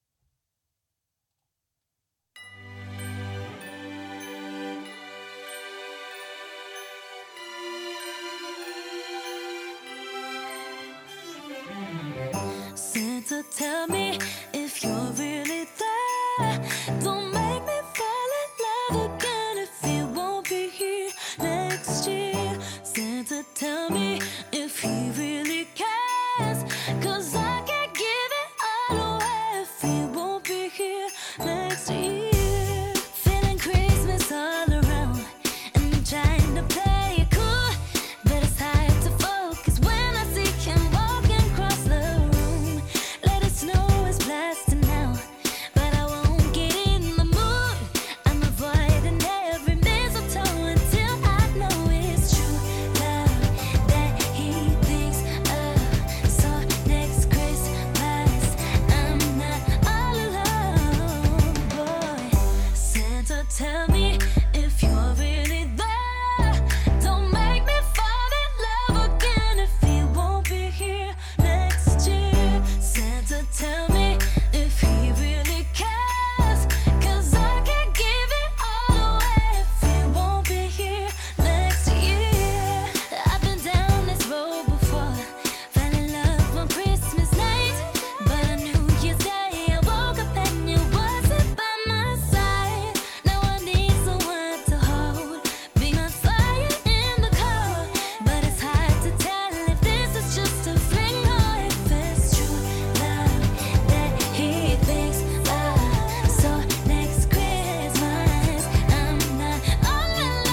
Santa, tell me if you're really there. Don't make me fall in love again if you won't be here next year. Santa, tell me if he really cares, 'cause I can't give it all away if he won't be here next year. Feeling Christmas all around and trying to play it cool, but it's hard to focus when I see him walking across the room. Let it snow is blasting now, but I won't get in the mood. I'm avoiding every mistletoe until I know it's true love that he thinks of. So next Christmas I'm not all alone, boy. Santa, tell me if you're really there. Don't make me fall in love again if he won't be here next year. Santa, tell me if he really cares, 'cause I can't give it all away if he won't be here next year. I've been down this road before, fell in love on Christmas night, but on New Year's Day I woke up and you wasn't by my side. Now I need someone to hold, be my fire in the cold, but it's hard to tell if this is just a fling or if it's true love that he thinks of. So next Christmas I'm not all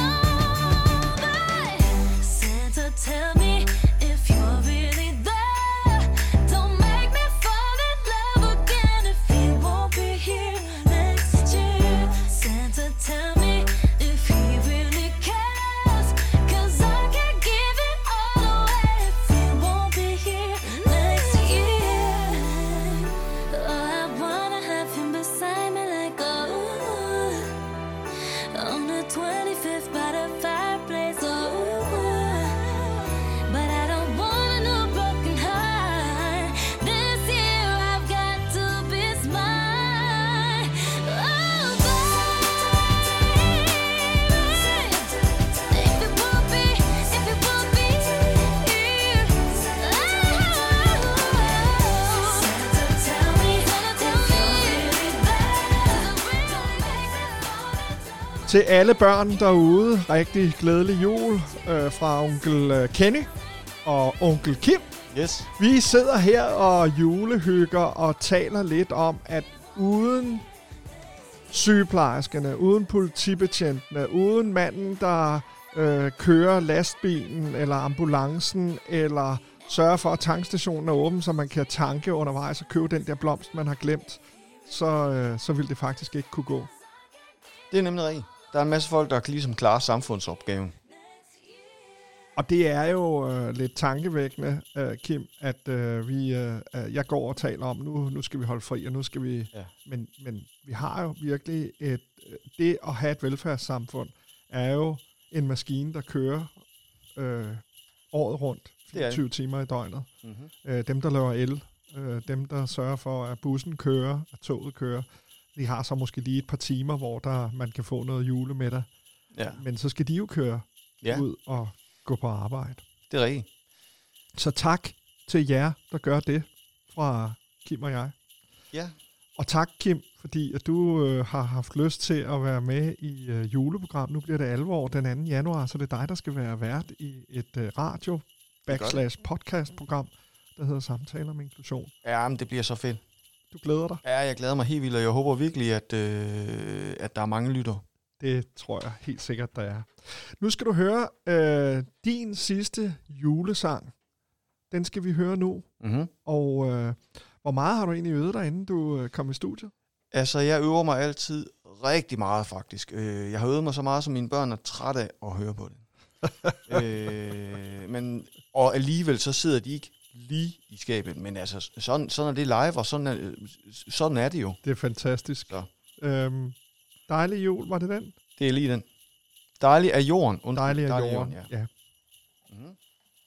alone, but Santa, tell me if you're really there. Don't make me fall in love again if he won't be here next year. Santa, tell me if he really cares, 'cause I can't give it all away if he won't be here next year. Oh, I wanna have him beside me like oh, on the twenty-fifth by the fireplace. Oh, but I don't want no broken heart. This year I've got to be smart. Oh, baby, if it won't be, if it won't be here, oh, Santa, tell me, tell me Til alle børn derude, rigtig glædelig jul øh, fra onkel øh, Kenny og onkel Kim. Yes. Vi sidder her og julehygger og taler lidt om, at uden sygeplejerskerne, uden politibetjentene, uden manden, der øh, kører lastbilen eller ambulancen, eller sørger for, at tankstationen er åben, så man kan tanke undervejs og købe den der blomst, man har glemt, så, øh, så vil det faktisk ikke kunne gå. Det er nemlig rigtigt. Der er en masse folk, der kan ligesom klare samfundsopgaven. Og det er jo øh, lidt tankevækkende, øh, Kim, at øh, vi, øh, jeg går og taler om, nu, nu skal vi holde fri, og nu skal vi... Ja. Men, men vi har jo virkelig et... Det at have et velfærdssamfund er jo en maskine, der kører øh, året rundt, fireogtyve timer i døgnet. Mm-hmm. Øh, dem, der laver el, øh, dem, der sørger for, at bussen kører, at toget kører, de har så måske lige et par timer, hvor der man kan få noget julemiddag. Ja. Men så skal de jo køre Ja. ud og gå på arbejde. Det er rigtigt. Så tak til jer, der gør det, fra Kim og jeg. Ja. Og tak, Kim, fordi at du øh, har haft lyst til at være med i øh, juleprogram. Nu bliver det alvor den anden januar, så det er dig, der skal være vært i et øh, radio backslash podcast-program, der hedder Samtaler om Inklusion. Ja, men det bliver så fedt. Du glæder dig? Ja, jeg glæder mig helt vildt, og jeg håber virkelig, at, øh, at der er mange lytter. Det tror jeg helt sikkert, der er. Nu skal du høre øh, din sidste julesang. Den skal vi høre nu. Mm-hmm. Og øh, hvor meget har du egentlig øvet dig, inden du øh, kom i studiet? Altså, jeg øver mig altid rigtig meget, faktisk. Øh, jeg har øvet mig så meget, som mine børn er trætte af at høre på det. øh, men, og alligevel så sidder de ikke lige i skabet, men altså, sådan, sådan er det live, og sådan er, sådan er det jo. Det er fantastisk. Øhm, dejlig jul, var det den? Det er lige den. Dejlig er jorden. Undskyld, Dejlig er dejlig jorden, jorden, ja. ja. Mm-hmm.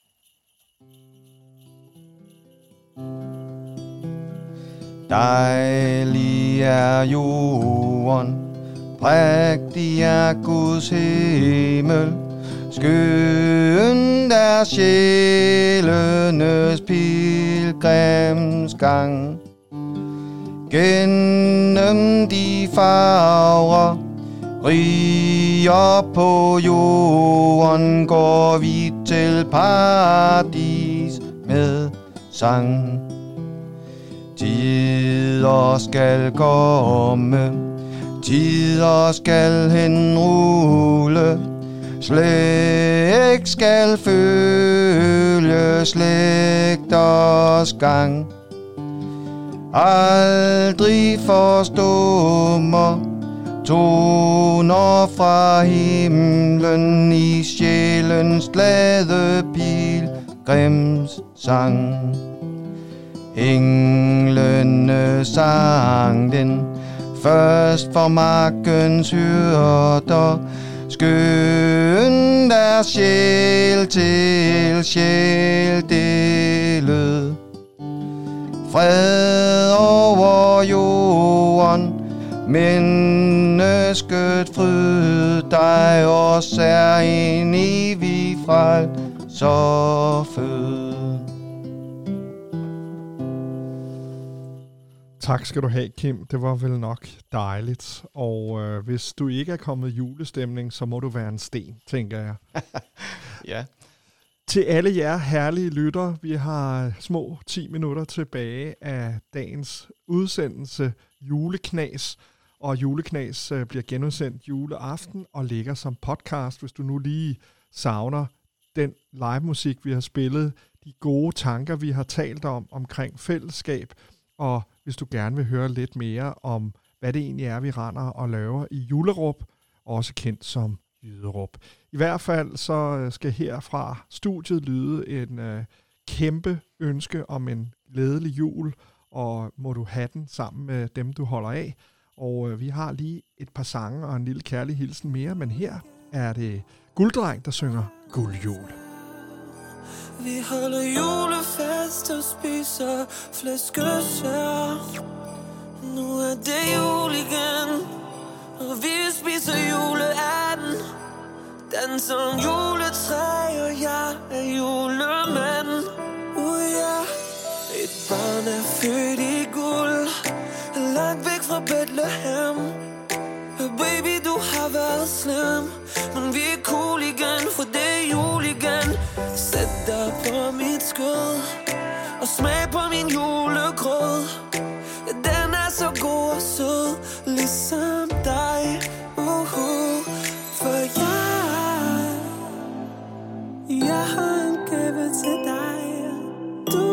Dejlig er jorden, prægtig er Guds himmel, skøn er sjælenes pilgrimsgang. Gennem de farver, riger på jorden, går vi til paradis med sang. Tider skal komme, tider skal henrulle, slægt skal følge slægters gang. Aldrig forstummer toner fra himlen i sjælens glade pilgrimssang. Englene sang den først for markens hyrder, skøn der sjæl til sjæl delet. Fred over jorden, mennesket fryd dig, os er en evig frelser fød. Tak skal du have, Kim. Det var vel nok dejligt. Og øh, hvis du ikke er kommet i julestemning, så må du være en sten, tænker jeg. Ja. Til alle jer herlige lyttere, vi har små ti minutter tilbage af dagens udsendelse Juleknas. Og Juleknas øh, bliver genudsendt juleaften og ligger som podcast, hvis du nu lige savner den live musik, vi har spillet, de gode tanker, vi har talt om omkring fællesskab, og hvis du gerne vil høre lidt mere om, hvad det egentlig er, vi render og laver i Julerup, også kendt som Jyderup. I hvert fald så skal herfra studiet lyde en øh, kæmpe ønske om en glædelig jul, og må du have den sammen med dem, du holder af. Og øh, vi har lige et par sange og en lille kærlig hilsen mere, men her er det Gulddreng, der synger Guldjul. Vi holder julefest og spiser flæskesvær. Nu er det jul igen, og vi spiser juleanden. Danser om juletræ, og jeg er julemand. Uh, yeah. Et barn er født i guld, langt væk fra Bethlehem. Baby, du har været slem, men vi er cool igen, for det er jul igen. Sæt dig på mit skød og smag på min julegrød. Den er så god og sød, ligesom dig. Uh-huh. For jeg, jeg har en gave til dig. Du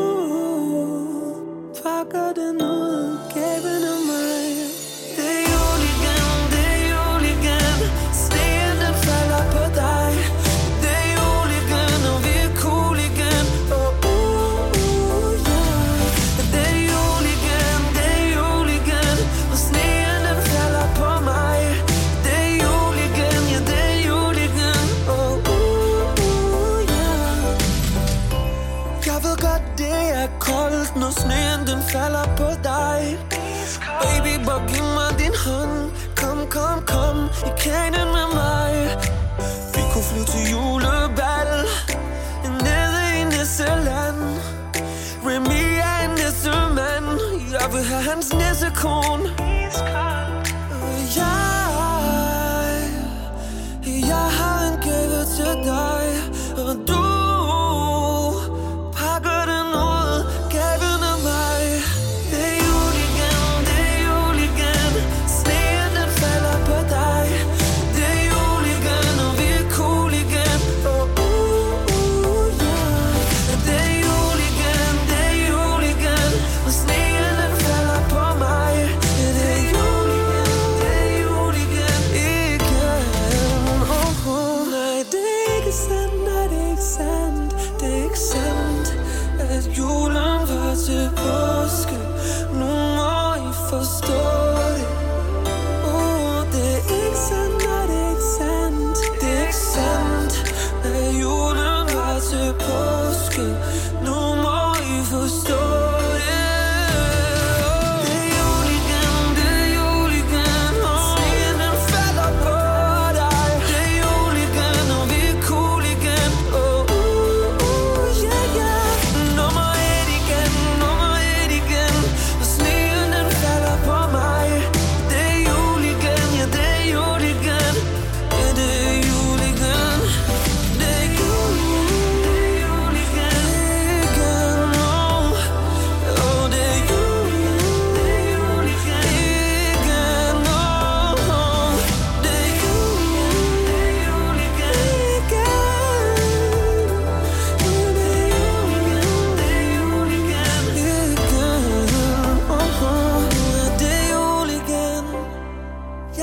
pakker den ud, gaven af mig. Det er jul igen, det er jul igen. Sneen den falder på dig. Det er jul igen, og vi er cool igen. Oh, uh, uh, yeah. Det er jul igen, det er jul igen. Og sneen den falder på mig. Det er jul igen, ja det er jul igen. Oh, uh, uh, yeah. Jeg ved godt, det er koldt, når sneen den falder på dig. Baby, bare giv mig din hånd. Kom, kom, kom i kanen med mig. Vi kunne flyve til julebal nede i Nisseland. Remy er en nissemand. Jeg vil have hans nissekone. Jeg, jeg har en gave til dig, og du pakker den ud, gaven af mig. Det er jul igen, det er jul igen. Sneen den falder på dig. Det er jul igen, og vi er cool igen. Oh, uh, uh, yeah. Det er jul igen, det er jul igen. Og sneen den falder på mig. Det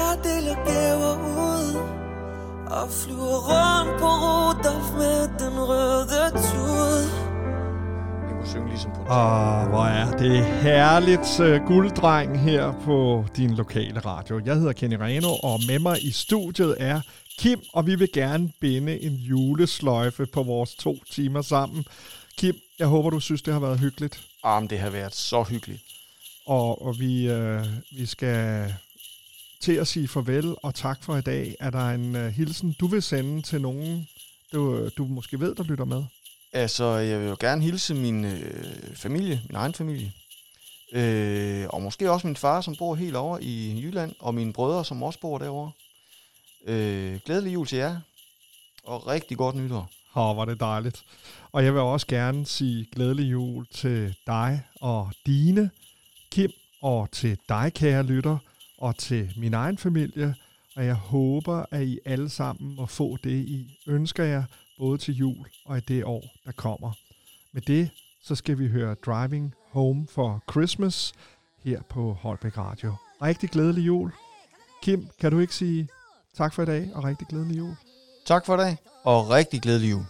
jeg deler gaver ud og flyver rundt på Rudolf med den røde tud. Jeg kunne synge ligesom på en Åh, hvor er det herligt uh, gulddreng her på din lokale radio. Jeg hedder Kenny Reno, og med mig i studiet er Kim, og vi vil gerne binde en julesløjfe på vores to timer sammen. Kim, jeg håber, du synes, det har været hyggeligt. Ah, men det har været så hyggeligt. Og, og vi, øh, vi skal til at sige farvel og tak for i dag. Er der en øh, hilsen, du vil sende til nogen, du, du måske ved, der lytter med? Altså, jeg vil jo gerne hilse min øh, familie, min egen familie. Øh, og måske også min far, som bor helt over i Jylland, og mine brødre, som også bor derovre. Øh, glædelig jul til jer, og rigtig godt nytår. Åh, var det dejligt. Og jeg vil også gerne sige glædelig jul til dig og dine, Kim, og til dig, kære lytter, og til min egen familie. Og jeg håber, at I alle sammen må få det, I ønsker jer, både til jul og i det år, der kommer. Med det, så skal vi høre Driving Home for Christmas her på Holbæk Radio. Rigtig glædelig jul. Kim, kan du ikke sige tak for i dag, og rigtig glædelig jul? Tak for i dag, og rigtig glædelig jul.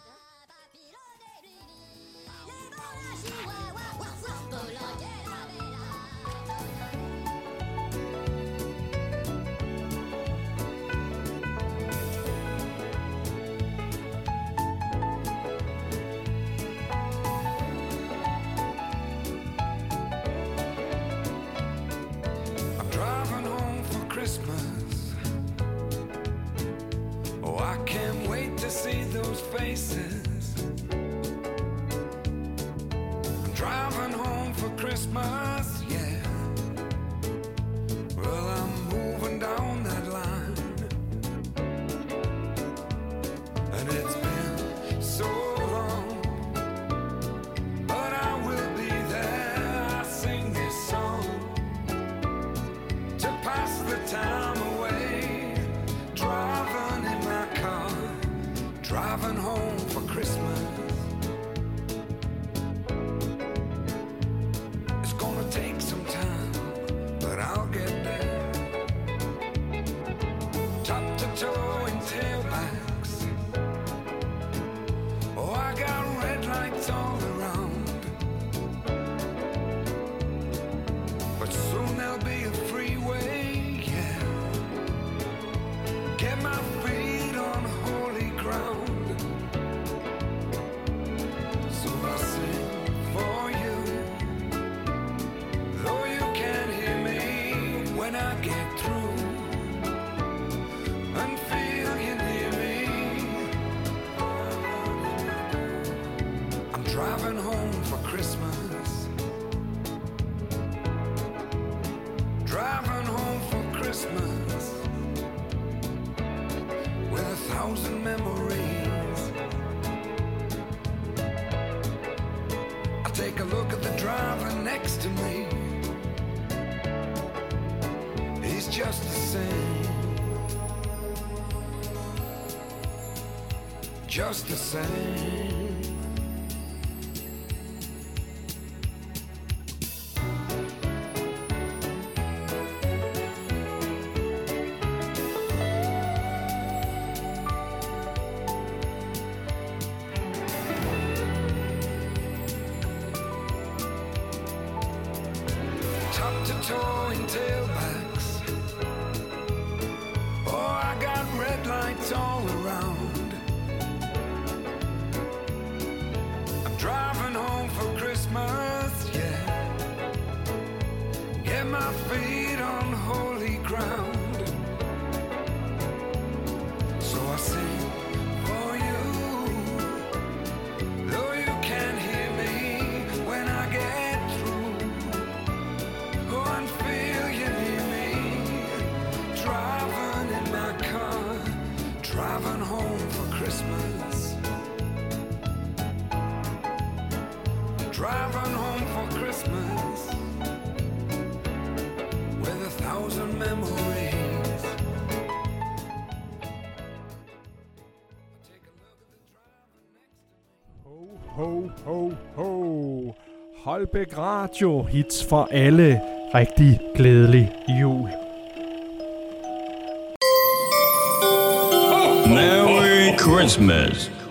Just the same. Top to toe in tailbacks. Oh, I got red lights all around. Driving home for Christmas, yeah. Get my feet on holy ground. So I sing for you, though you can't hear me when I get through. Go and feel you near me. Driving in my car, driving home for Christmas. Driving home for Christmas with a thousand memories. Ho, ho, ho. Holbæk Radio. Hits for alle. Rigtig glædelig jul. Merry Christmas.